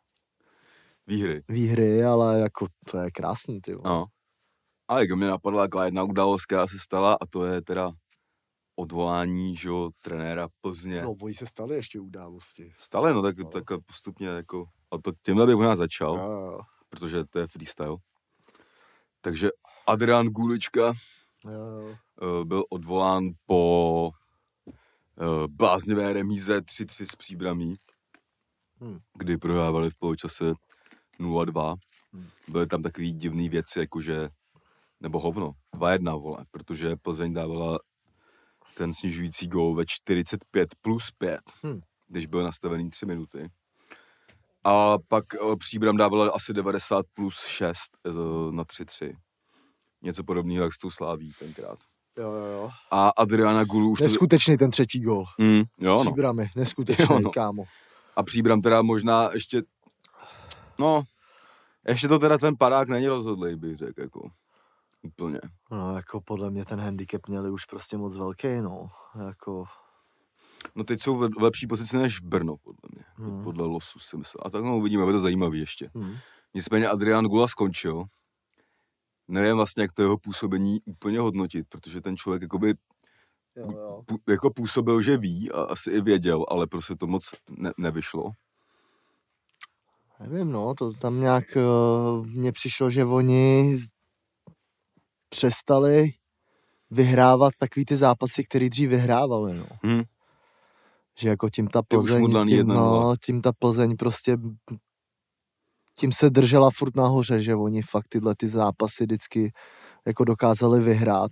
Výhry. výhry, ale jako to je krásný, ty vole. No. Ale jako mě napadla taková jedna událost, která se stala a to je teda odvolání, že jo, trenéra Plzně. No, oni se staly ještě události. Stále, no, tak, No. tak postupně jako, a to tímhle bych možná začal, Jo, jo, protože to je freestyle. Takže Adrián Gulička jo, jo. uh, byl odvolán po uh, bláznivé remíze tři tři s Příbramí, Hmm. kdy prohrávali v poločase nula dva. Hmm. Byly tam takový divný věci, jakože, nebo hovno, dva jedna, vole, protože Plzeň dávala ten snižující gól ve čtyřicet pět plus pět, Hmm. když byl nastavený tři minuty. A pak uh, Příbram dávala asi devadesát plus šest uh, na tři tři. Něco podobného, jak s tou Sláví tenkrát. Jo, jo, jo. A Adriana Gulu už to... Neskutečný ten třetí gól. Mm, jo, no. Příbramy, neskutečný, Jo, no. kámo. A Příbram teda možná ještě... No, ještě to teda ten padák není rozhodlej, bych řekl, jako. Úplně. No, jako podle mě ten handicap měli už prostě moc velký, no. Jako, No teď jsou v lepší pozici než Brno, podle mě. Hmm. Podle losu si myslím. A tak no uvidíme, bude to zajímavý ještě. hm. Nicméně Adrián Gula skončil. Nevím vlastně, jak to jeho působení úplně hodnotit, protože ten člověk jakoby Jo, jo. pů, jako působil, že ví a asi i věděl, ale prostě to moc ne, nevyšlo. Nevím, no, to tam nějak uh, mně přišlo, že oni přestali vyhrávat takový ty zápasy, který dřív vyhrávali, no. Hm. Že jako tím ta Ty už Plzeň, modlaný tím, jedna nula. no, tím ta Plzeň prostě tím se držela furt nahoře, že oni fakt tyhle ty zápasy vždycky jako dokázali vyhrát.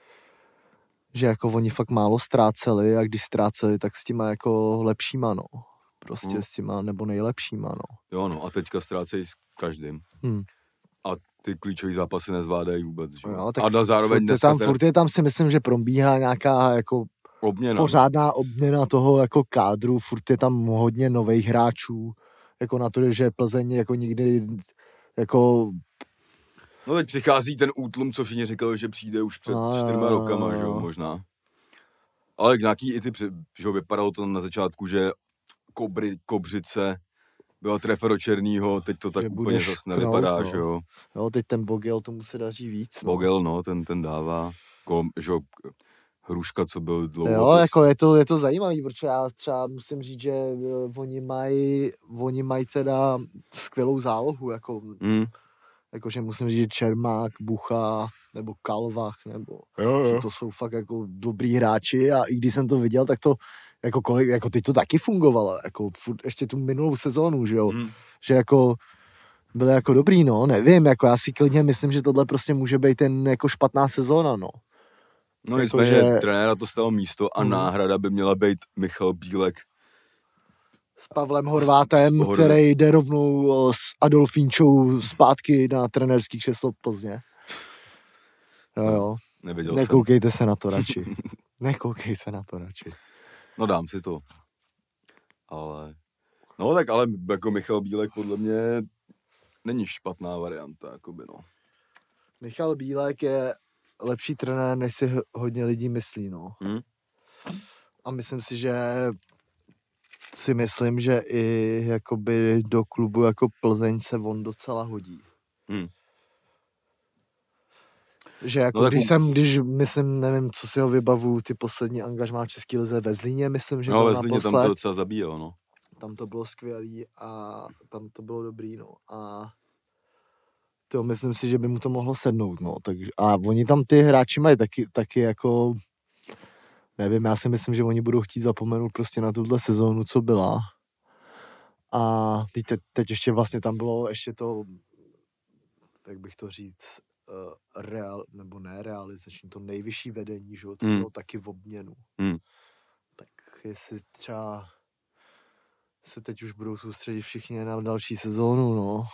Že jako oni fakt málo ztráceli a když ztráceli, tak s těma jako lepšíma, no. Prostě Hmm. s těma, nebo nejlepšíma, no. Jo no, a teďka ztrácejí s každým. Hmm. A ty klíčové zápasy nezvládají vůbec, že? No, tak a da, zároveň furt je, dneska tam, ten furt je tam si myslím, že probíhá nějaká jako obměna. pořádná obměna toho jako kádru, furt je tam hodně nových hráčů, jako na to, že Plzeň jako nikdy jako No teď přichází ten útlum, co všichni říkali, že přijde už před No, čtyřma jo, rokama, jo, že jo, jo. možná. Ale nějaký i ty, při- že jo, vypadalo to na začátku, že Kobry, Kobřice byla trefa do černýho, teď to tak Že úplně budeš zase knout, nevypadá, no. že jo. jo, teď ten Bogel tomu se daří víc. No. Bogel, no, ten, ten dává. Kolem, že jo, Hruška, co byl dlouho. Jo, bez- jako je to, je to zajímavý, protože já třeba musím říct, že eh, oni mají, oni mají teda skvělou zálohu, jako, Mm. jakože musím říct, že Čermák, Bucha, nebo Kalvach, nebo Jo, že to jsou fakt jako dobrý hráči a i když jsem to viděl, tak to jako kolik, jako teď to taky fungovalo, jako furt ještě tu minulou sezónu, že jo, Mm. že jako byly jako dobrý, no, nevím, jako já si klidně myslím, že tohle prostě může být ten jako špatná sezóna, no. No Jako, nicméně že- trenéra to stalo místo a Mhm. náhrada by měla být Michal Bílek. S Pavlem Horvátem, s Hor- který jde rovnou o, s Adolfínčou zpátky na trenérský křeslo Plzně. Jo, jo. Nevěděl jsem. Nekoukejte se na to radši. Nekoukej se na to radši. No dám si to. Ale... No tak ale jako Michal Bílek podle mě není špatná varianta, jakoby no. Michal Bílek je lepší trenér, než si h- hodně lidí myslí, no. Hm? A myslím si, že si myslím, že i jakoby do klubu jako Plzeň se on docela hodí. Hm. Že jako No tak když u- jsem, když myslím, nevím, co si ho vybavu, ty poslední angažmá v České lize ve Zlíně, myslím, že No byl ve Zlíně tam naposled. to docela zabíjel, no. Tam to bylo skvělý a tam to bylo dobrý, no. A to myslím si, že by mu to mohlo sednout, no. Takže, a oni tam ty hráči mají taky, taky jako, nevím, já si myslím, že oni budou chtít zapomenout prostě na tuhle sezónu, co byla. A teď, teď ještě vlastně tam bylo ještě to, jak bych to říct, uh, real, nebo ne realizační, to nejvyšší vedení, že jo, to Hmm. bylo taky v obměnu. Hmm. Tak jestli třeba se teď už budou soustředit všichni na další sezónu, no.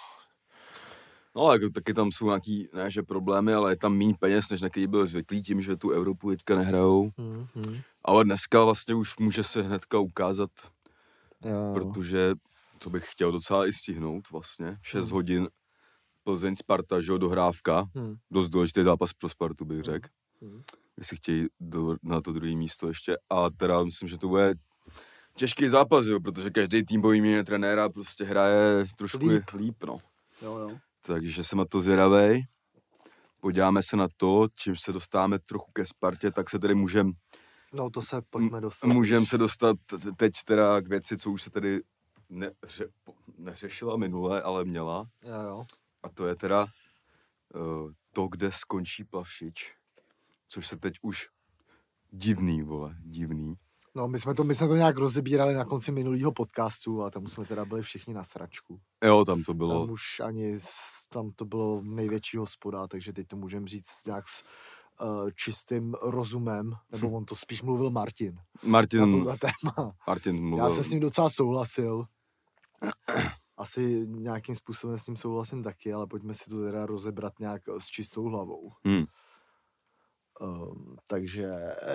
No, jako, taky tam jsou nějaký, ne že problémy, ale je tam méně peněz, než na který byl zvyklý tím, že tu Evropu teďka nehrajou. Hmm, hmm. Ale dneska vlastně už může se hnedka ukázat, Jo. protože to bych chtěl docela i stihnout vlastně. V šest Hmm. hodin Plzeň Sparta, že jo, dohrávka. Hmm. Dost důležitý zápas pro Spartu, bych řekl. Hmm. Jestli chtějí do, na to druhé místo ještě. A teda myslím, že to bude těžký zápas, jo, protože každý tým po výměně trenéra prostě hraje trošku Líp. líp, no. Jo, jo. Takže jsem na to zvědavej. Podíváme se na to, čím se dostáváme trochu ke Spartě, tak se tedy můžeme No to se pojďme dostat. můžem se dostat teď teda k věci, co už se tedy neře, neřešila minule, ale měla. Jo, jo. A to je teda uh, to, kde skončí Plavšič. Což se teď už divný, vole, divný. No, my jsme, to, my jsme to nějak rozebírali na konci minulého podcastu a tam jsme teda byli všichni na sračku. Jo, tam to bylo. Tam už ani, s- tam to bylo největší hospoda, takže teď to můžeme říct nějak s uh, čistým rozumem, nebo on to spíš mluvil Martin na Martin, tohle téma. Martin mluvil. Já jsem s ním docela souhlasil. Asi nějakým způsobem s ním souhlasím taky, ale pojďme si to teda rozebrat nějak s čistou hlavou. Hmm. Um, takže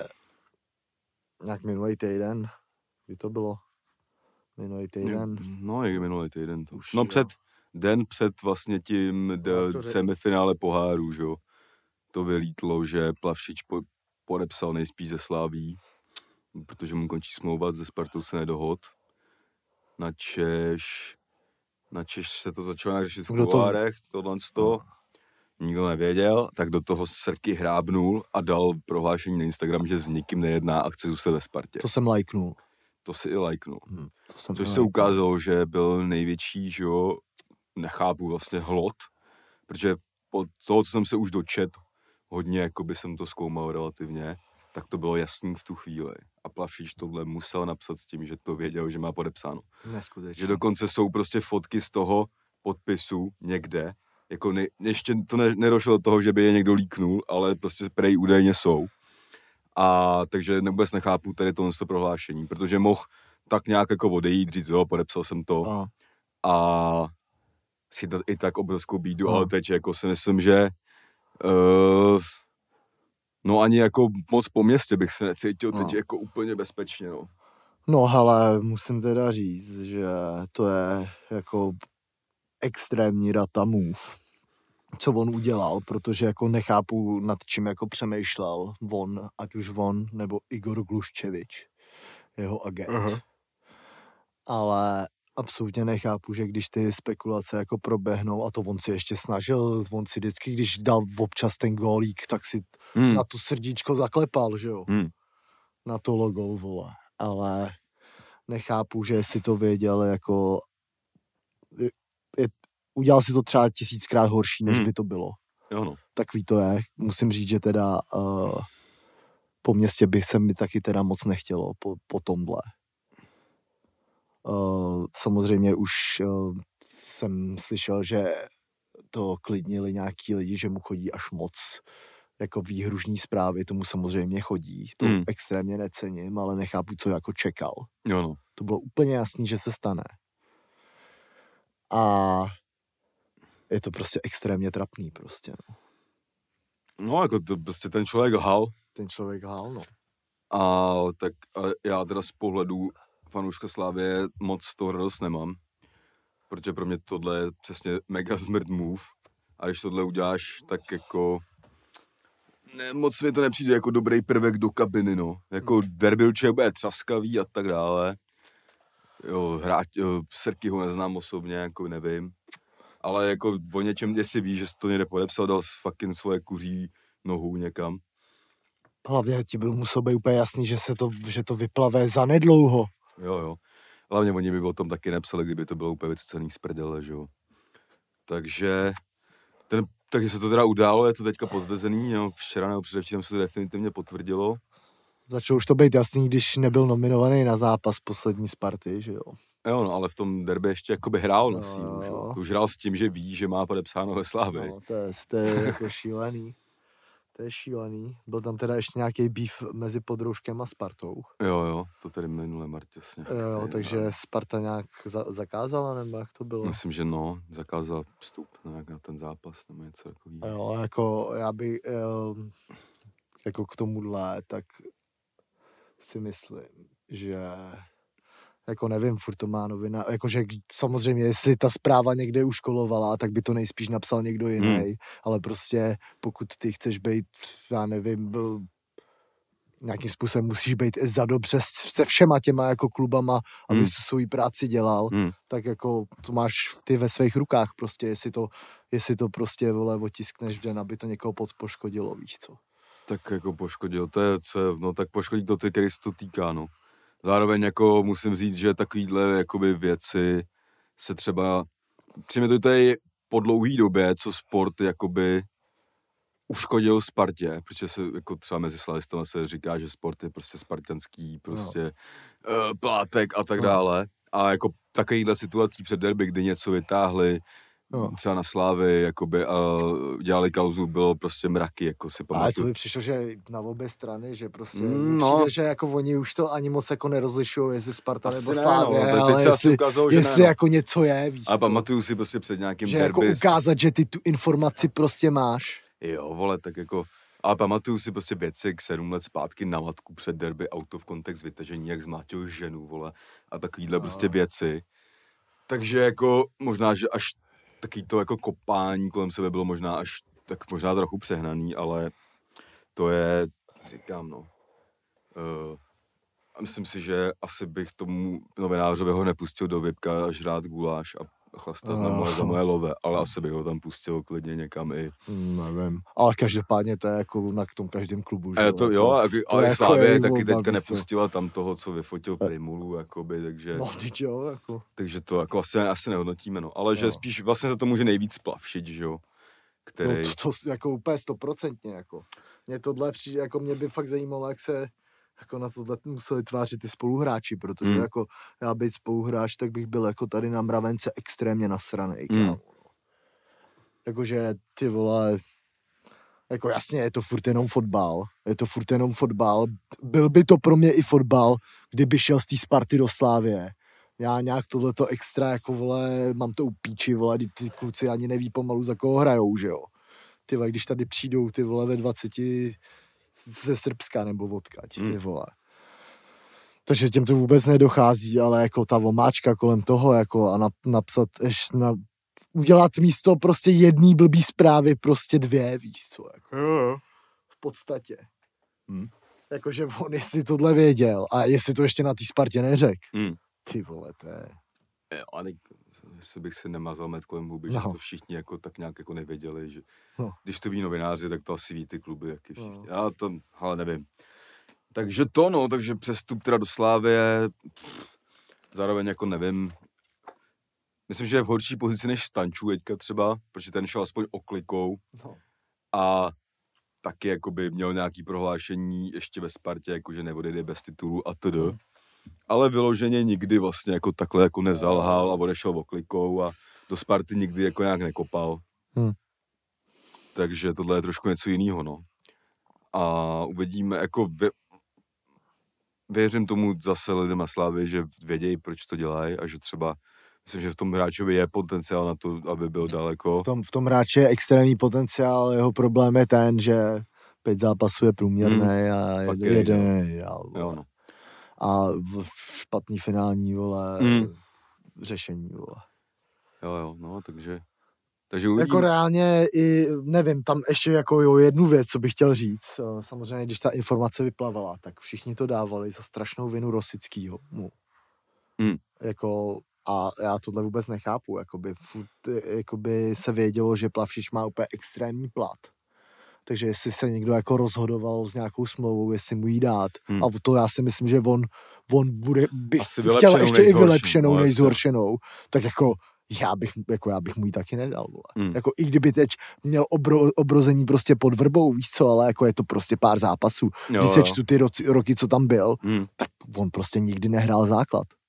nějak minulý týden, kdy to bylo? Minulý týden. No, někdy minulý týden. To. Už No jo. před, den před vlastně tím No, d- to řek- semifinále poháru, že jo. To vylítlo, že Plavšič po, podepsal nejspíš ze Sláví, protože mu končí smlouva, ze Spartou se nedohod. Na Češ, na Češ se to začalo nějak řešit v Kdo to- kulárech, tohle to. Nikdo nevěděl, tak do toho Srky hrábnul a dal prohlášení na Instagram, že s nikým nejedná a chce zůstat ve Spartě. To jsem lajknul. To si i lajknul. Hm, to jsem Což i se lajknul. ukázalo, že byl největší, že jo, nechápu vlastně hlod, protože po toho, co jsem se už dočet, hodně jakoby jsem to zkoumal relativně, tak to bylo jasný v tu chvíli. A Plavšič tohle musel napsat s tím, že to věděl, že má podepsáno. Neskutečně. Že dokonce jsou prostě fotky z toho podpisu někde, jako ne, ještě to ne, nedošlo do toho, že by je někdo líknul, ale prostě prej údajně jsou. A takže vůbec nechápu tady tohle prohlášení, protože mohl tak nějak jako odejít, říct, jo, podepsal jsem to A, a si dát i tak obrovskou bídu, No. ale teď jako si myslím, že uh, no ani jako moc po městě bych se necítil No. teď jako úplně bezpečně, no. no hele, musím teda říct, že to je jako extrémní data move, co on udělal, protože jako nechápu, nad čím jako přemýšlel on, ať už on, nebo Igor Gluščevič, jeho agent. Aha. Ale absolutně nechápu, že když ty spekulace jako proběhnou, a to on si ještě snažil, on si vždycky, když dal občas ten gólík, tak si Hmm. na to srdíčko zaklepal, že jo, Hmm. na to logo, vole. Ale nechápu, že si to věděl jako, je, je, udělal si to třeba tisíckrát horší, než Hmm. by to bylo. Jo, no. Takový to je. Musím říct, že teda uh, po městě by se mi taky teda moc nechtělo po, po tomhle. Uh, samozřejmě už uh, jsem slyšel, že to klidnili nějaký lidi, že mu chodí až moc jako výhružní zprávy, tomu samozřejmě chodí. To Hmm. extrémně necením, ale nechápu, co jako čekal. Jo, no. To bylo úplně jasný, že se stane. A je to prostě extrémně trapný prostě, no. No, jako to, prostě ten člověk lhal Ten člověk lhal, no. a tak a já teda z pohledu fanouška Slávie moc toho radost nemám, protože pro mě tohle je přesně mega smrt move a když tohle uděláš, tak jako ne, moc mi to nepřijde jako dobrý prvek do kabiny, no. Jako derby určitě bude třaskavý a tak dále. Jo, hráč, jo, Srky ho neznám osobně, jako nevím. Ale jako o něčem, jestli víš, že jsi to někde podepsal, dal fucking svoje kuří nohu někam. Hlavně ti byl musel být úplně jasný, že, se to, že to vyplave za nedlouho. Jo, jo. Hlavně oni by o tom taky nepsali, kdyby to bylo úplně vycucený z prdele, že jo. Takže, ten, takže se to teda událo, je to teďka potvrzený, jo. Včera nebo předevčírem se to definitivně potvrdilo. Začalo už to být jasný, když nebyl nominovaný na zápas poslední Sparty, že jo. Jo, no, ale v tom derby ještě jakoby hrál na sílu, že? Jo. To už hrál s tím, že ví, že má podepsáno ve Slávě. No, to je, to je jako šílený. To je šílený. Byl tam teda ještě nějaký beef mezi Podrouškem a Spartou. Jo, jo, to tady minule Martěsně. Jo, jo, takže ne. Sparta nějak za, zakázala, nebo jak to bylo? Myslím, že no, zakázal vstup nějak na ten zápas, nebo něco takového. Jo, jako já bych, jako k tomuhle, tak si myslím, že jako nevím, furt to má novina, jakože samozřejmě, jestli ta zpráva někde už kolovala, tak by to nejspíš napsal někdo jiný, hmm. ale prostě pokud ty chceš být, já nevím, byl, nějakým způsobem musíš být za dobře se všema těma jako klubama, aby hmm. tu svoji práci dělal, hmm. tak jako to máš ty ve svých rukách prostě, jestli to, jestli to prostě, vole, otiskneš v den, aby to někoho poškodilo, víš co. Tak jako poškodil, to je, co je, no tak poškodí to ty, který se to týká, no. Zároveň jako musím říct, že takovýhle jakoby věci se třeba, přijme to tady po dlouhý době, co sport jakoby uškodil Spartě, protože se jako třeba mezi slavistama se říká, že sport je prostě spartanský, prostě no. uh, plátek a tak no. dále. A jako takovýhle situací před derby, kdy něco vytáhli, no. třeba na Slávy, jakoby, a dělali kauzu, bylo prostě mraky, jako si pamatuju. Ale to by přišlo, že na obě strany, že prostě no. přijde, že jako oni už to ani moc jako nerozlišují, jestli Sparta asi nebo Slávě, ne, no. ale jestli, ukázalo, jestli ne, jako něco je, víš a pamatuju si prostě před nějakým že derby. Že jako ukázat, že ty tu informaci prostě máš. Jo, vole, tak jako, ale pamatuju si prostě věci k sedm let zpátky na matku před derby, auto v kontext vytažení, jak zmátil ženu, vole, a takovýhle no. prostě věci. Takže jako možná, že až taky to jako kopání kolem sebe bylo možná až tak možná trochu přehnaný, ale to je, říkám, no. Uh, a myslím si, že asi bych tomu novinářovi ho nepustil do VIPka žrát guláš a chlastat oh. na moje, za moje love, ale asi bych ho tam pustil klidně někam i. Nevím, ale každopádně to je jako na tom každém klubu, že? A to, jo, to, ale to Slávě jako taky teďka nepustila tam toho, co vyfotil Primulu, jakoby, takže... No, teď jo, jako... Takže to jako asi, asi nehodnotíme, no, ale no. že spíš vlastně za to může nejvíc Plavšič, že jo, který... No to, to jako úplně stoprocentně, jako. Mě tohle přijde, jako mě by fakt zajímalo, jak se jako na tohle museli tvářit ty spoluhráči, protože hmm. jako já být spoluhráč, tak bych byl jako tady na Mravence extrémně nasranej, kámo. Hmm. Jakože ty vole, jako jasně, je to furt jenom fotbal, je to furt jenom fotbal, byl by to pro mě i fotbal, kdyby šel z té Sparty do Slávie. Já nějak tohleto extra, jako vole, mám to u píči, vole, ty kluci ani neví pomalu, za koho hrajou, že jo. Ty vole, když tady přijdou, ty vole, ve dvaceti ze Srbska nebo odkaď, ty hmm. vole. Takže těm to vůbec nedochází, ale jako ta omáčka kolem toho, jako a napsat, ještě na, udělat místo prostě jedný blbý zprávy, prostě dvě, víš co, jako. Jo. V podstatě. Hmm. Jakože on jestli tohle věděl a jestli to ještě na té Spartě neřekl. Hmm. Ty vole, to je... Jo, ale jestli bych si nemazal met kolem huby, no. že to všichni jako tak nějak jako nevěděli, že no. když to ví novináři, tak to asi ví ty kluby, jak je všichni. No. Já to, ale nevím. Takže to no, takže přestup teda do Slávie, zároveň jako nevím, myslím, že je v horší pozici než Stančů teďka třeba, protože ten šel aspoň oklikou no. a taky jakoby měl nějaký prohlášení ještě ve Spartě, jakože neodejde bez titulu a td. Hmm. Ale vyloženě nikdy vlastně jako takhle jako nezalhal a odešel oklikou a do Sparty nikdy jako nějak nekopal. Hmm. Takže tohle je trošku něco jiného, no. A uvidíme, jako vě... věřím tomu zase lidem na Slávě, že vědějí, proč to dělají a že třeba myslím, že v tom hráčovi je potenciál na to, aby byl daleko. V tom, v tom hráči je extrémní potenciál, jeho problém je ten, že pět zápasů je průměrný hmm. a jeden je nejdál. Jo, no. A špatný finální, vole, hmm. řešení, vole. Jo, jo, no, takže... takže uvidím. Jako reálně i, nevím, tam ještě jako jo, jednu věc, co bych chtěl říct. Samozřejmě, když ta informace vyplavala, tak všichni to dávali za strašnou vinu Rosickýho. Mu. Hmm. Jako, a já tohle vůbec nechápu. Jakoby, furt, jakoby se vědělo, že Plavšič má úplně extrémní plat. Takže jestli se někdo jako rozhodoval s nějakou smlouvou, jestli mu jí dát. Hmm. A to já si myslím, že on, on bude, bych chtěl ještě i vylepšenou, nejzhoršenou. Tak jako já bych, jako já bych mu ji taky nedal. Vole. Hmm. Jako i kdyby teď měl obro, obrození prostě pod vrbou, víš co, ale jako je to prostě pár zápasů. Jo, Když se čtu ty roci, roky, co tam byl, hmm. tak on prostě nikdy nehrál základ.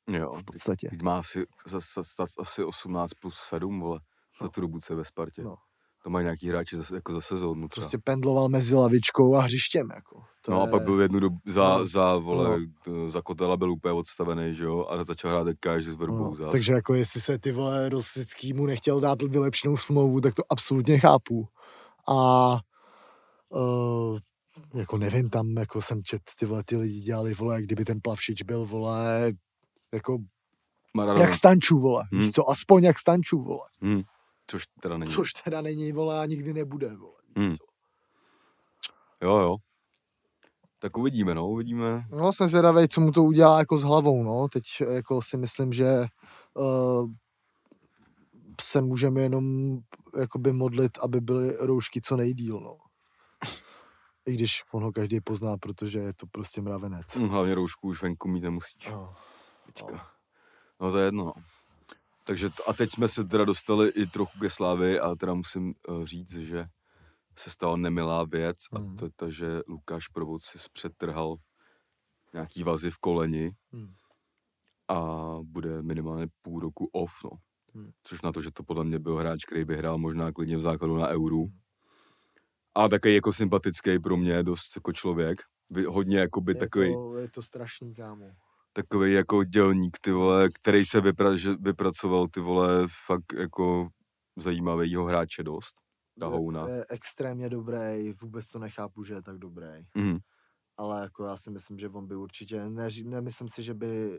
Jo, v podstatě. teď má asi, za, za, za, asi osmnáct plus sedm, vole, za No. tu dobu, co je ve Spartě. No. To mají nějaký hráči za, jako za sezónu třeba. Prostě pendloval mezi lavičkou a hřištěm, jako. To no je... a pak byl jednu dobu, za, no. za, vole, no. za Kotela byl úplně odstavený, že jo, a začal hrát teďka až s Verbou no. zás. Takže jako jestli se ty vole Rosický mu nechtěl dát vylepšenou smlouvu, tak to absolutně chápu. A uh, jako nevím, tam jako jsem čet, ty vole, ty lidi dělali, vole, jak kdyby ten Plavšič byl, vole, jako Maradona. Jak Stančů, vole, hmm. víš co, aspoň jak Stančů, vole. Hmm. Což teda není. Což teda není, vole, a nikdy nebude, vole, víš hmm. co. Jo, jo. Tak uvidíme, no, uvidíme. No, jsem zvědavej, co mu to udělá jako s hlavou, no, teď jako si myslím, že uh, se můžeme jenom jakoby modlit, aby byly roušky co nejdýl, no. I když on ho každý pozná, protože je to prostě mravenec. Hmm, hlavně roušku už venku mít nemusíš. No. No. no to je jedno, no. Takže t- a teď jsme se teda dostali i trochu ke Slávy a teda musím uh, říct, že se stala nemilá věc a hmm. to, to že Lukáš Provoz si přetrhal nějaký vazy v koleni hmm. a bude minimálně půl roku off, no. Hmm. Což na to, že to podle mě byl hráč, který by hrál možná klidně v základu na Euru. A takový jako sympatický pro mě, dost jako člověk. Hodně jako by takový... To, je to strašný, kámo. Takový jako dělník, ty vole, který se vypra, že vypracoval, ty vole, fakt jako zajímavýho hráče dost. Ta Houna. Je, je extrémně dobrý, vůbec to nechápu, že je tak dobrý. Mm. Ale jako já si myslím, že on by určitě, ne, nemyslím si, že by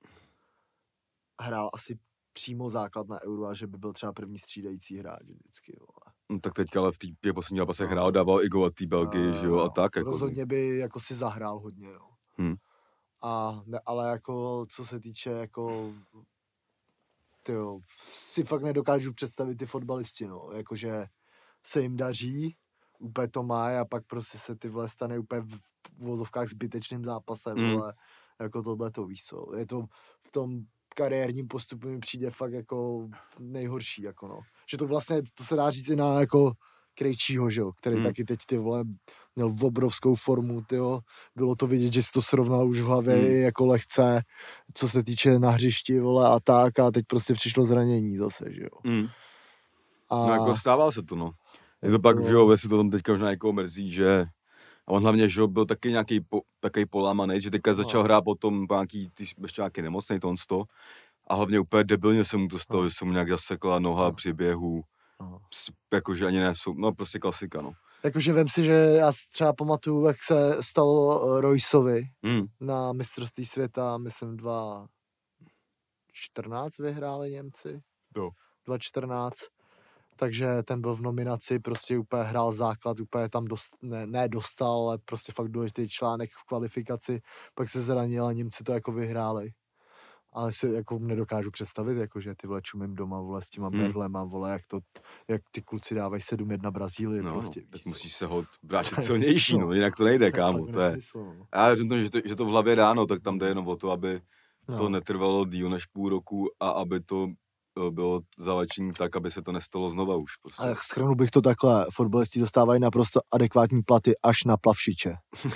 hrál asi přímo základ na Euro a že by byl třeba první střídající hráč vždycky, vole. No, tak teďka ale v té poslední zápasech no. hrál, dával i gól od té Belgii, že jo, a tak. Jako... Rozhodně by jako si zahrál hodně, no. Hmm. A, ne, ale jako, co se týče, jako, tyjo, si fakt nedokážu představit ty fotbalisti, no, jakože se jim daří, úplně to má a pak prostě se ty vole stane úplně v vozovkách zbytečným zápasem, hmm. vole, jako tohle to, víš co, je to v tom kariérním postupu mi přijde fakt jako nejhorší, jako no, že to vlastně, to se dá říct i na jako Krejčího, že jo, který hmm. taky teď ty vole měl obrovskou formu, tyjo, bylo to vidět, že si to srovnal už v hlavě hmm. jako lehce, co se týče na hřišti, vole, a tak, a teď prostě přišlo zranění zase, že jo. Hmm. A... No jako stává se to, no. Je to pak, že jo, jestli to tam teďka možná jako mrzí, že a on hlavně, že jo, byl taky nějaký po, takový polámaný, že teďka začal no. hrát potom nějaký, ty, ještě nějaký nemocnej, to on sto, a hlavně úplně debilně se mu to stalo, no. že se mu nějak zasekla noha no. při běhu. No. Jakože ani ne, no prostě klasika, no. Jakože vem si, že já třeba pamatuju, jak se stalo Royceovi mm. na mistrovství světa, myslím dva čtrnáct vyhráli Němci. Do. dva čtrnáct Takže ten byl v nominaci, prostě úplně hrál základ, úplně tam dost, ne, ne dostal, ale prostě fakt důležitý článek v kvalifikaci, pak se zranil a Němci to jako vyhráli. Ale si jako nedokážu představit, jako, že ty vole čumím doma, vole, s těma hmm. berlema, vole, jak, to, jak ty kluci dávají sedm jedna Brazílii, no, prostě. Tak musíš se ho vrátit silnější, no, jinak to nejde, to kámo, to je. Nesmysl, no. Já věřím to, že to, že to v hlavě dáno, tak tam jde jenom o to, aby no. to netrvalo díl než půl roku a aby to bylo zalečení tak, aby se to nestalo znova už. Prostě. Ale shrnul bych to takhle, fotbalisti dostávají naprosto adekvátní platy až na Plavšiče.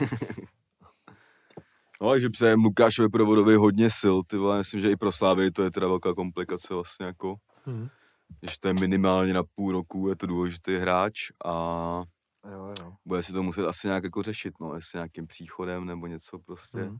No, takže přejem Lukášovi Provodovi hodně sil, ty vole, myslím, že i pro Slávy to je teda velká komplikace vlastně jako, hmm. že to je minimálně na půl roku, je to důležitý hráč a jo, jo. bude si to muset asi nějak jako řešit, no, jestli nějakým příchodem nebo něco prostě. Hmm.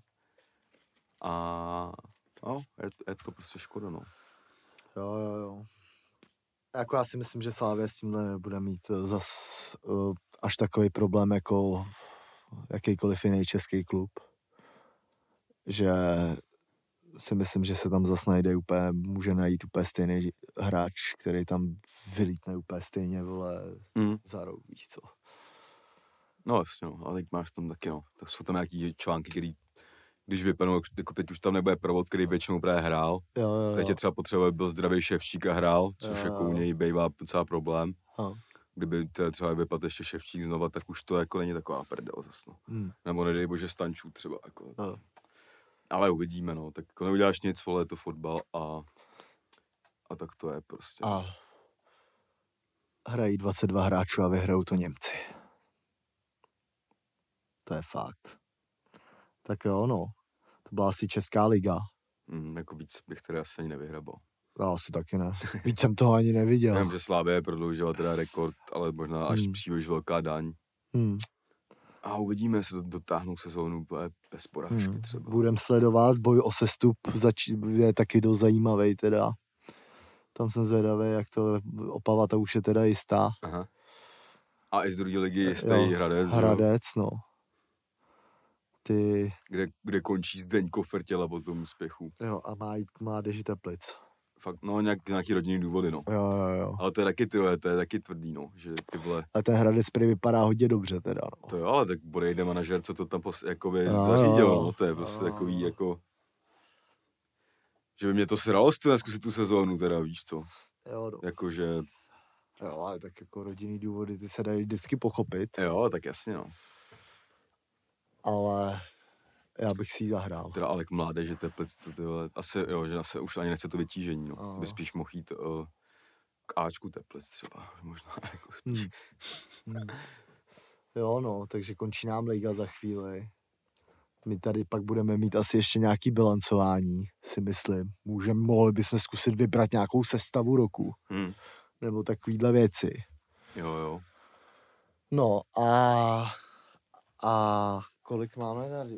A no, je, je to prostě škoda, no. Jo, jo, jo. Jako já si myslím, že Slavia s tímhle nebude mít zas uh, až takový problém jako jakýkoliv jiný český klub. Že si myslím, že se tam zas najde úplně, může najít úplně stejný hráč, který tam vylítne úplně stejně, vole, mm. za rok, víš co. No jasně, no, ale teď máš tam taky, no, tak jsou tam nějaký články, který, když vypadnou, jako teď už tam nebude Provod, který většinou právě hrál, jo, jo, jo. teď je třeba potřeba, byl zdravý Ševčík a hrál, což jo, jako u něj bývá docela problém. Jo. Kdyby třeba vypadl ještě Ševčík znova, tak už to jako není taková prdel zase, no. Mm. Nebo nedej bože Stančů třeba, jako. Jo. Ale uvidíme, no, tak jako neuděláš nic, vole, je to fotbal a a tak to je prostě. A hrají dvacet dva hráčů a vyhrajou to Němci. To je fakt. Tak jo, no. To byla asi Česká liga. Mm, jako víc bych teda asi ani nevyhrabal. Já asi taky ne. Víc jsem toho ani neviděl. Vím, že Slavia prodloužila teda rekord, ale možná až Hmm. příliš velká daň. Hmm. A uvidíme, jestli dotáhnou sezónu bez porážky Hmm. třeba. Budem sledovat, boj o sestup zač- je taky dost zajímavý teda. Tam jsem zvědavý, jak to Opava, to už je teda jistá. Aha. A i z druhé ligy jistý Jo, Hradec, Hradec, no. Ty... Kde, kde končí Zdeňko Frtěla po tom úspěchu. Jo, a má jít k Mládeži Teplic. Fakt, no nějak, nějaký rodinný důvody, no. Jo, jo, jo. Ale to je taky, tyhle, to je taky tvrdý, no, že ty vole... A ten Hradec prý vypadá hodně dobře teda, no. To jo, ale tak odejde manažer, co to tam pos, jakoby Jo, zařídil, jo. no, to je prostě Jo. takový, jako... Že by mě to sralo zkusit tu sezónu, teda, víš co. Jo, no. Jakože, Jo, ale tak jako rodinný důvody, ty se dají vždycky pochopit, jo, tak jasně, no. ale já bych si ji zahrál. Teda ale k mládeži Teplic, to ty vole, asi, jo, že asi už ani nechce to vytížení, no. Aha. By spíš mohl jít uh, k Ačku Teplic třeba, možná, jako spíš. Hmm. Hmm. Jo, no, takže končí nám liga za chvíli. My tady pak budeme mít asi ještě nějaký bilancování, si myslím. Můžeme, mohli bychom zkusit vybrat nějakou sestavu roku, Hmm. nebo takovýhle věci. Jo, jo. No a, a kolik máme tady?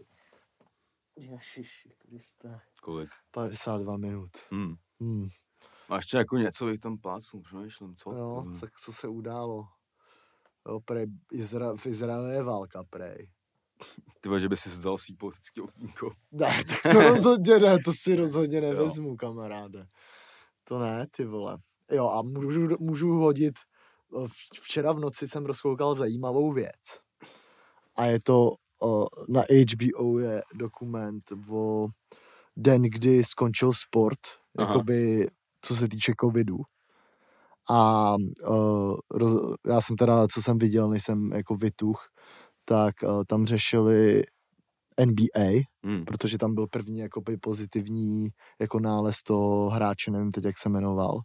Ježiši Kriste. Kolik? padesát dva minut. Hmm. Hmm. A ještě jako něco bych tam plácnul, přemýšlím, co? Jo, Hmm. tak co se událo? Jo, prej, Izra- v Izraeli je válka, prej. Ty vole, že by si zdal svý politický okýnko. Ne, tak to rozhodně ne, to si rozhodně nevezmu, kamaráde. To ne, ty vole. Jo, a můžu, můžu hodit, v- včera v noci jsem rozkoukal zajímavou věc. A je to, o, na H B O je dokument o den, kdy skončil sport, Aha. jakoby, co se týče covidu. A uh, roz, já jsem teda, co jsem viděl, než jsem jako vytuch, tak uh, tam řešili N B A, Hmm. protože tam byl první jakoby pozitivní jako nález toho hráče, nevím teď, jak se jmenoval.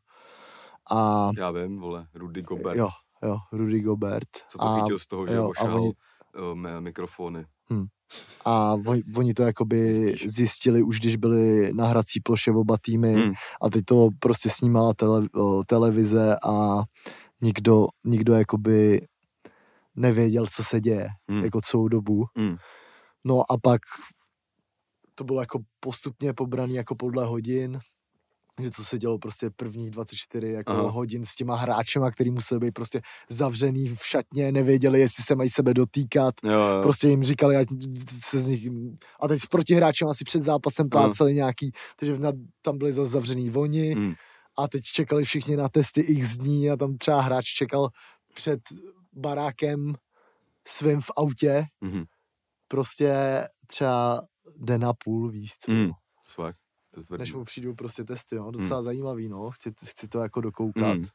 A Já vím, vole, Rudy Gobert. jo, jo, Rudy Gobert. Co to a, chytil z toho, že jo, a ošahal oni- oni... mikrofony. a oni, oni to jakoby Myslíš? zjistili už, když byli na hrací ploše oba týmy Hmm. a teď to prostě snímala tele, o, televize a nikdo, nikdo jakoby nevěděl, co se děje, Hmm. jako celou dobu. Hmm. No a pak to bylo jako postupně pobraný jako podle hodin, že co se dělo prostě prvních dvacet čtyři jako Aha. hodin s těma hráčema, který museli být prostě zavřený v šatně, nevěděli, jestli se mají sebe dotýkat. Jo, jo. Prostě jim říkali, ať se z nich... A teď s protihráčem asi před zápasem plácali nějaký, takže na, tam byli zase zavřený oni Hmm. a teď čekali všichni na testy x dní a tam třeba hráč čekal před barákem svým v autě, Mhm. prostě třeba den a půl, víš co. Hmm. Fakt, to je tvrdý. Než mu přijdou prostě testy, no, docela zajímavý, no, chci, chci to jako dokoukat. Hmm.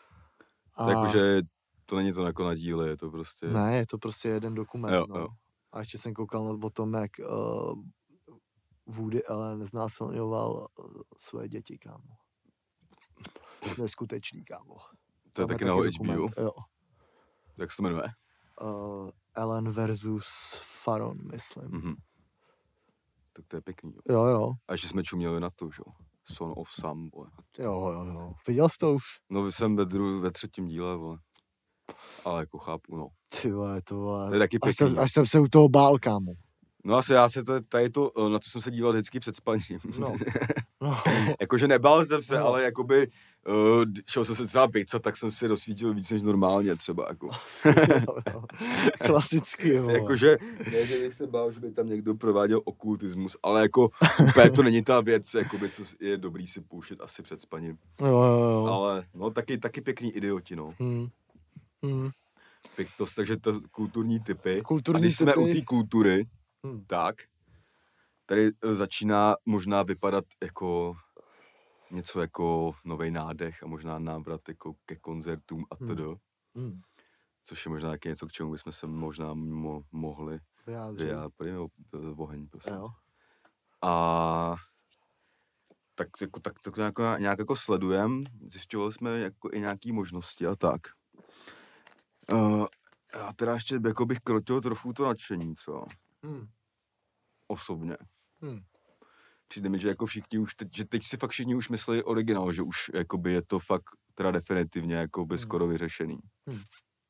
A Jakože to není to jako na díle, je to prostě... ne, je to prostě jeden dokument, Jo, no. jo. A ještě jsem koukal na- o tom, jak uh, Woody Allen znásilňoval uh, své děti, kámo. Neskutečný, kámo. To je Tam taky na H B O. dokument, jo. Jak se to jmenuje? Uh, Allen versus Faron, myslím. Mhm. Tak to je pěkný. Jo. Jo, jo. A ještě jsme čuměli na to, že jo. Son of Sam, vole. Jo, jo, jo. Viděl jsi to už? No jsem ve, dru- ve třetím díle, vole. Ale jako chápu, no. Ty vole, to vole. To je taky Až jsem, pěkný. až jsem se u toho bál, kámo. No asi já se to, tady to, eh, na to jsem se díval vždycky před spaním. No. No. Jakože nebál jsem se, No. ale jakoby uh, šel jsem se třeba pejcat, tak jsem si rozsvítil víc než normálně třeba, jako. Jo, jo. Klasicky, vole. Jakože, ne, že bych se bál, že by tam někdo prováděl okultismus, ale jako úplně to není ta věc, jakoby, co je dobrý si pouštět asi před spaním. Jo, jo, jo. Ale no taky, taky pěkný idioti, no. Hmm. Hmm. Pěktos, takže to kulturní typy. Kulturní A když jsme typy. u té kultury, Hmm. tak tady eh, začíná možná vypadat jako něco jako novej nádech a možná návrat jako ke koncertům a Hmm. td. Hmm. Což je možná taky něco, k čemu bychom se možná mo- mohli Vyjádřit. vyjádřit. Jo, oheň, prostě. Jo. A tak, jako, tak to nějak, nějak jako sledujem, zjišťovali jsme jako i nějaký možnosti a tak. Uh, já teda ještě jako bych krotil trochu to nadšení třeba, Hmm. osobně. Hmm. přijde mi, že jako všichni už, teď, že teď si fakt všichni už myslí originál, že už jakoby je to fakt teda definitivně jakoby Hmm. skoro vyřešený. Hmm.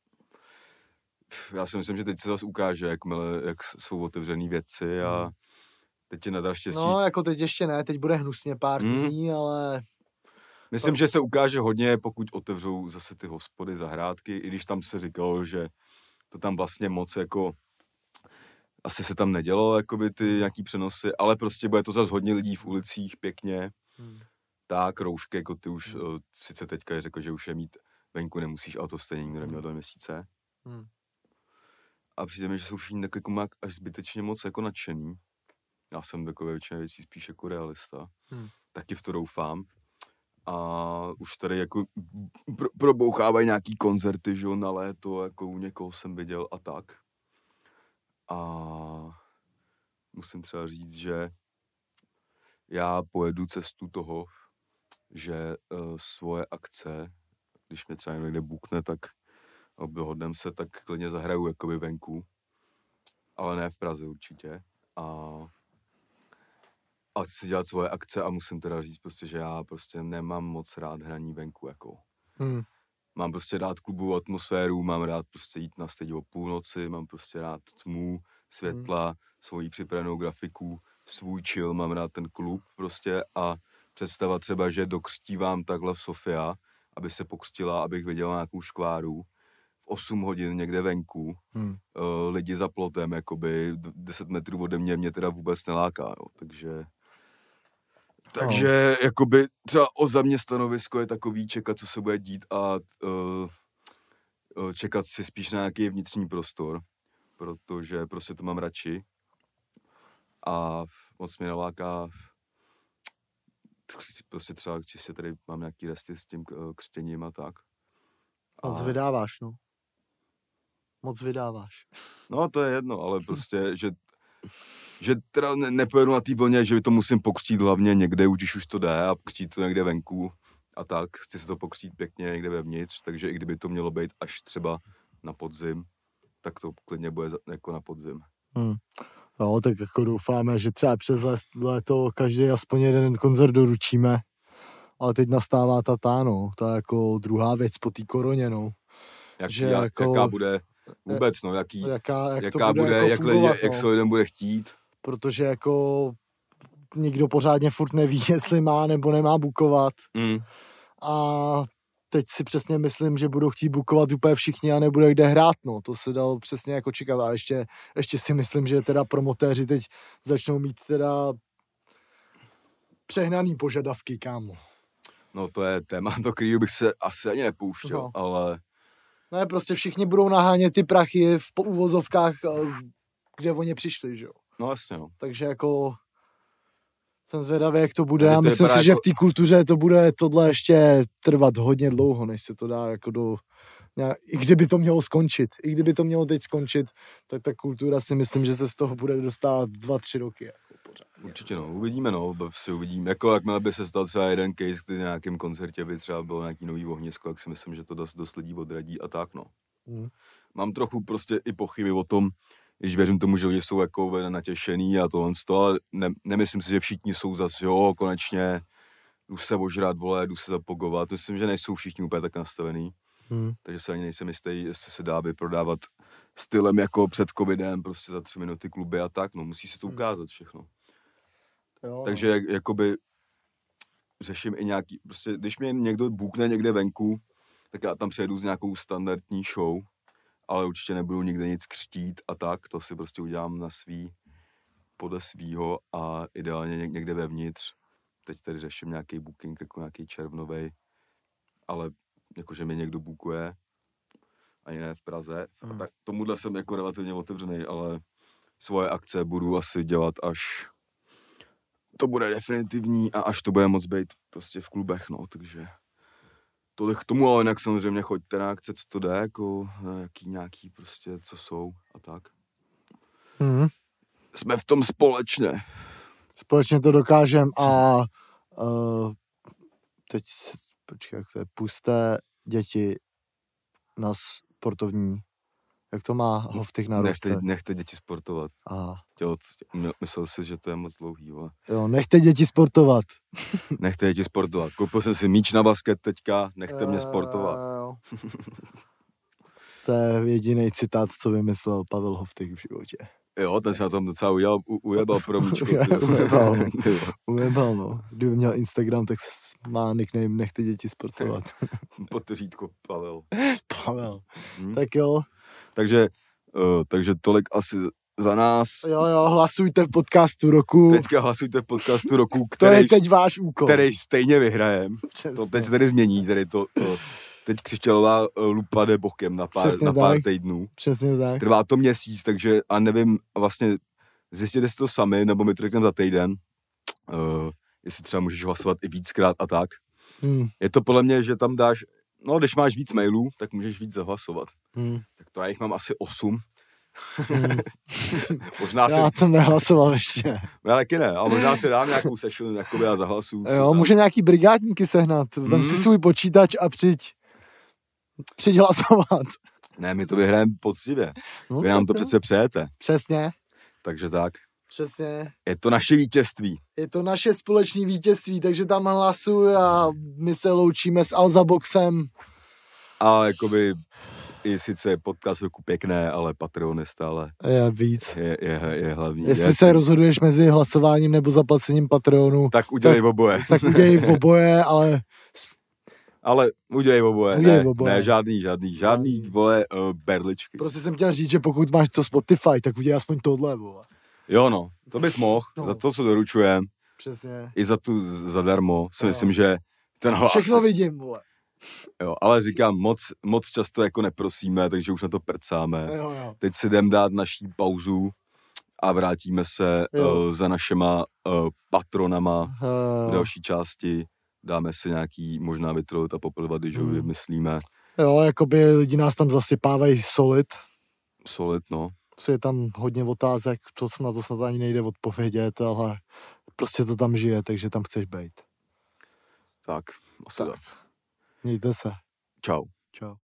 Já si myslím, že teď se zase ukáže, jakmile, jak jsou otevřený věci a Hmm. teď je nadal štěstí. No, jako teď ještě ne, teď bude hnusně pár Hmm. dní, ale... Myslím, to... že se ukáže hodně, pokud otevřou zase ty hospody, zahrádky, i když tam se říkalo, že to tam vlastně moc jako... Asi se tam nedělo, jakoby ty nějaký přenosy, ale prostě bude to zase hodně lidí v ulicích, pěkně. Hmm. Tak, roušky, jako ty už, Hmm. uh, sice teďka je řekl, že už je mít venku nemusíš, ale to stejně nikdo neměl dva měsíce. Hmm. A přijde mi, že jsou všichni tak jako má až zbytečně moc jako nadšený. Já jsem takové většině věcí spíš jako realista. Hmm. Taky v to doufám. A už tady jako pro, probouchávají nějaký koncerty, že jo, na léto, jako u někoho jsem viděl a tak. A musím třeba říct, že já pojedu cestu toho, že uh, svoje akce, když mě třeba někde bukne, tak dohodneme se, tak klidně zahraju jakoby venku. Ale ne v Praze určitě. A, a chci si dělat svoje akce a musím teda říct prostě, že já prostě nemám moc rád hraní venku, jako. Hmm. Mám prostě rád klubovou atmosféru, mám rád prostě jít na stage o půlnoci, mám prostě rád tmu, světla, hmm. svoji připravenou grafiku, svůj chill, mám rád ten klub prostě a představa třeba, že dokřtívám takhle v Sofia, aby se pokřtila, abych viděla nějakou škváru, v osm hodin někde venku, Hmm. uh, lidi za plotem, jakoby deset metrů ode mě, mě teda vůbec neláká, jo, takže... Takže, oh. jakoby, třeba o za mě stanovisko je takový čekat, co se bude dít a uh, čekat si spíš na nějaký vnitřní prostor, protože prostě to mám radši a moc mě naláká prostě třeba, čistě tady mám nějaký resty s tím křtěním a tak. Moc a... vydáváš, no. Moc vydáváš. No, to je jedno, ale prostě, že že teda ne, nepojedu na té vlně, že to musím pokřtít hlavně někde, když už to jde a pokřtít to někde venku a tak. Chci se to pokřtít pěkně někde vevnitř, takže i kdyby to mělo být až třeba na podzim, tak to klidně bude jako na podzim. Hmm. No, tak jako doufáme, že třeba přes léto každý aspoň jeden koncert doručíme, ale teď nastává ta tá, no, ta jako druhá věc po té koroně, no. Jak, že jak, jako, jaká bude vůbec, no, jaký, jaká, jak jaká bude, bude, jako jak, fungovat, lidi, jak no. se lidem bude chtít. Protože jako nikdo pořádně furt neví, jestli má nebo nemá bukovat. Mm. A teď si přesně myslím, že budou chtít bukovat úplně všichni a nebude kde hrát, no. To se dalo přesně jako čekat. A ještě, ještě si myslím, že teda promotéři teď začnou mít teda přehnaný požadavky, kámo. No to je téma, do kterého bych se asi ani nepouštěl, no. ale... Ne, prostě všichni budou nahánět ty prachy v uvozovkách, kde oni přišli, že jo. No jasně, no. Takže jako jsem zvědavý, jak to bude. A to myslím si, jako... že v té kultuře to bude tohle ještě trvat hodně dlouho, než se to dá jako do... I kdyby to mělo skončit, i kdyby to mělo teď skončit, tak ta kultura si myslím, že se z toho bude dostávat dva, tři roky. Jako pořádně. Určitě no, uvidíme no, si uvidíme. Jako jakmile by se stal třeba jeden case, kdy na nějakém koncertě by třeba bylo nějaký nový ohnisko, tak si myslím, že to dost, dost lidí odradí a tak no. Hmm. Mám trochu prostě i pochyby o tom, když věřím tomu, že lidi jsou jako natěšený a tohle, ale ne, nemyslím si, že všichni jsou zase, jo, konečně jdu se ožrat, vole, jdu se zapogovat. Myslím, že nejsou všichni úplně tak nastavený. Hmm. Takže se ani nejsem jistý, jestli se dá vyprodávat stylem jako před covidem, prostě za tři minuty kluby a tak, no musí se to ukázat všechno. Jo. Takže jak, jakoby řeším i nějaký, prostě když mě někdo bukne někde venku, tak já tam přijedu s nějakou standardní show, ale určitě nebudu nikde nic křtít a tak, to si prostě udělám na svý, podle svýho a ideálně někde vevnitř. Teď tady řeším nějaký booking, jako nějaký červnovej, ale jakože mě někdo bookuje, ani ne v Praze, hmm. tak tomuhle jsem jako relativně otevřený, ale svoje akce budu asi dělat, až to bude definitivní a až to bude moc být prostě v klubech, no, takže tohle k tomu, ale jinak samozřejmě choďte na akce, co to jde, jako jaký nějaký prostě, co jsou a tak. Hmm. Jsme v tom společně. Společně to dokážem a uh, teď, počkej, jak to je, pusté děti na sportovní Jak to má Hovtych na ručce? Nechte, nechte děti sportovat. Aha. Tělo, myslel si, že to je moc dlouhý, vole. Jo, nechte děti sportovat. Nechte děti sportovat. Koupil jsem si míč na basket teďka, nechte mě sportovat. Jo. To je jediný citát, co vymyslel Pavel Hovtych v životě. Jo, ten se na tom docela ujel, u, ujebal pro míčko. Ujebal, no. Ujebal, no. Kdyby měl Instagram, tak má nickname Nechte děti sportovat. Podtržítko Pavel. Pavel. Hmm. Tak jo. Takže, uh, takže tolik asi za nás. Jo, jo, hlasujte v podcastu roku. Teďka hlasujte v podcastu roku, který, to je teď st- váš úkol. Který stejně vyhrajem. To teď se tady změní, tady to, to teď křišťálová uh, lupa jde bokem na pár, na pár týdnů. Přesně tak. Trvá to měsíc, takže a nevím, vlastně zjistěte si to sami, nebo mi to řekneme za týden, uh, jestli třeba můžeš hlasovat i víckrát a tak. Hmm. Je to podle mě, že tam dáš, no když máš víc mailů, tak můžeš víc zahlasovat. Hmm. Tak to já jich mám asi osm. Hmm. Možná já si... jsem nehlasoval ještě. Já taky ne, ale možná si dám nějakou session, jakoby já zahlasuju. Jo, může nějaký brigádníky sehnat. Vem hmm. si svůj počítač a přijď, přijď hlasovat. Ne, my to vyhrajeme poctivě. No, Vy nám to jo. přece přejete. Přesně. Takže tak. Přesně. Je to naše vítězství. Je to naše společné vítězství, takže tam hlasuj a my se loučíme s Alzaboxem. A jakoby i sice podcast roku pěkné, ale Patreon je stále je víc. Je, je, je hlavní. Jestli je, se rozhoduješ mezi hlasováním nebo zaplacením Patreonu, tak udělej oboje. Tak udělej oboje, ale... Ale udělej oboje, udělej ne, oboje. ne, žádný, žádný, žádný, vole, uh, berličky. Prostě jsem chtěl říct, že pokud máš to Spotify, tak udělej aspoň tohle, vole. Jo no, to bys mohl, no. Za to, co doručujem. Přesně. I za tu zadarmo, si jo. myslím, že ten hlas... Všechno vidím, vole. Jo, ale říkám, moc, moc často jako neprosíme, takže už na to prcáme. Jo, jo. Teď si jdem dát naší pauzu a vrátíme se uh, za našima uh, patronama jo. v další části. Dáme si nějaký možná vytrolit a popilvat, když ho hmm. vymyslíme. Jo, jakoby lidi nás tam zasypávají solid. Solid, no. Co je tam hodně otázek, to na to snad ani nejde odpovědět, ale prostě to tam žije, takže tam chceš být. Tak, asi tak. tak. Mějte se. Čau. Čau.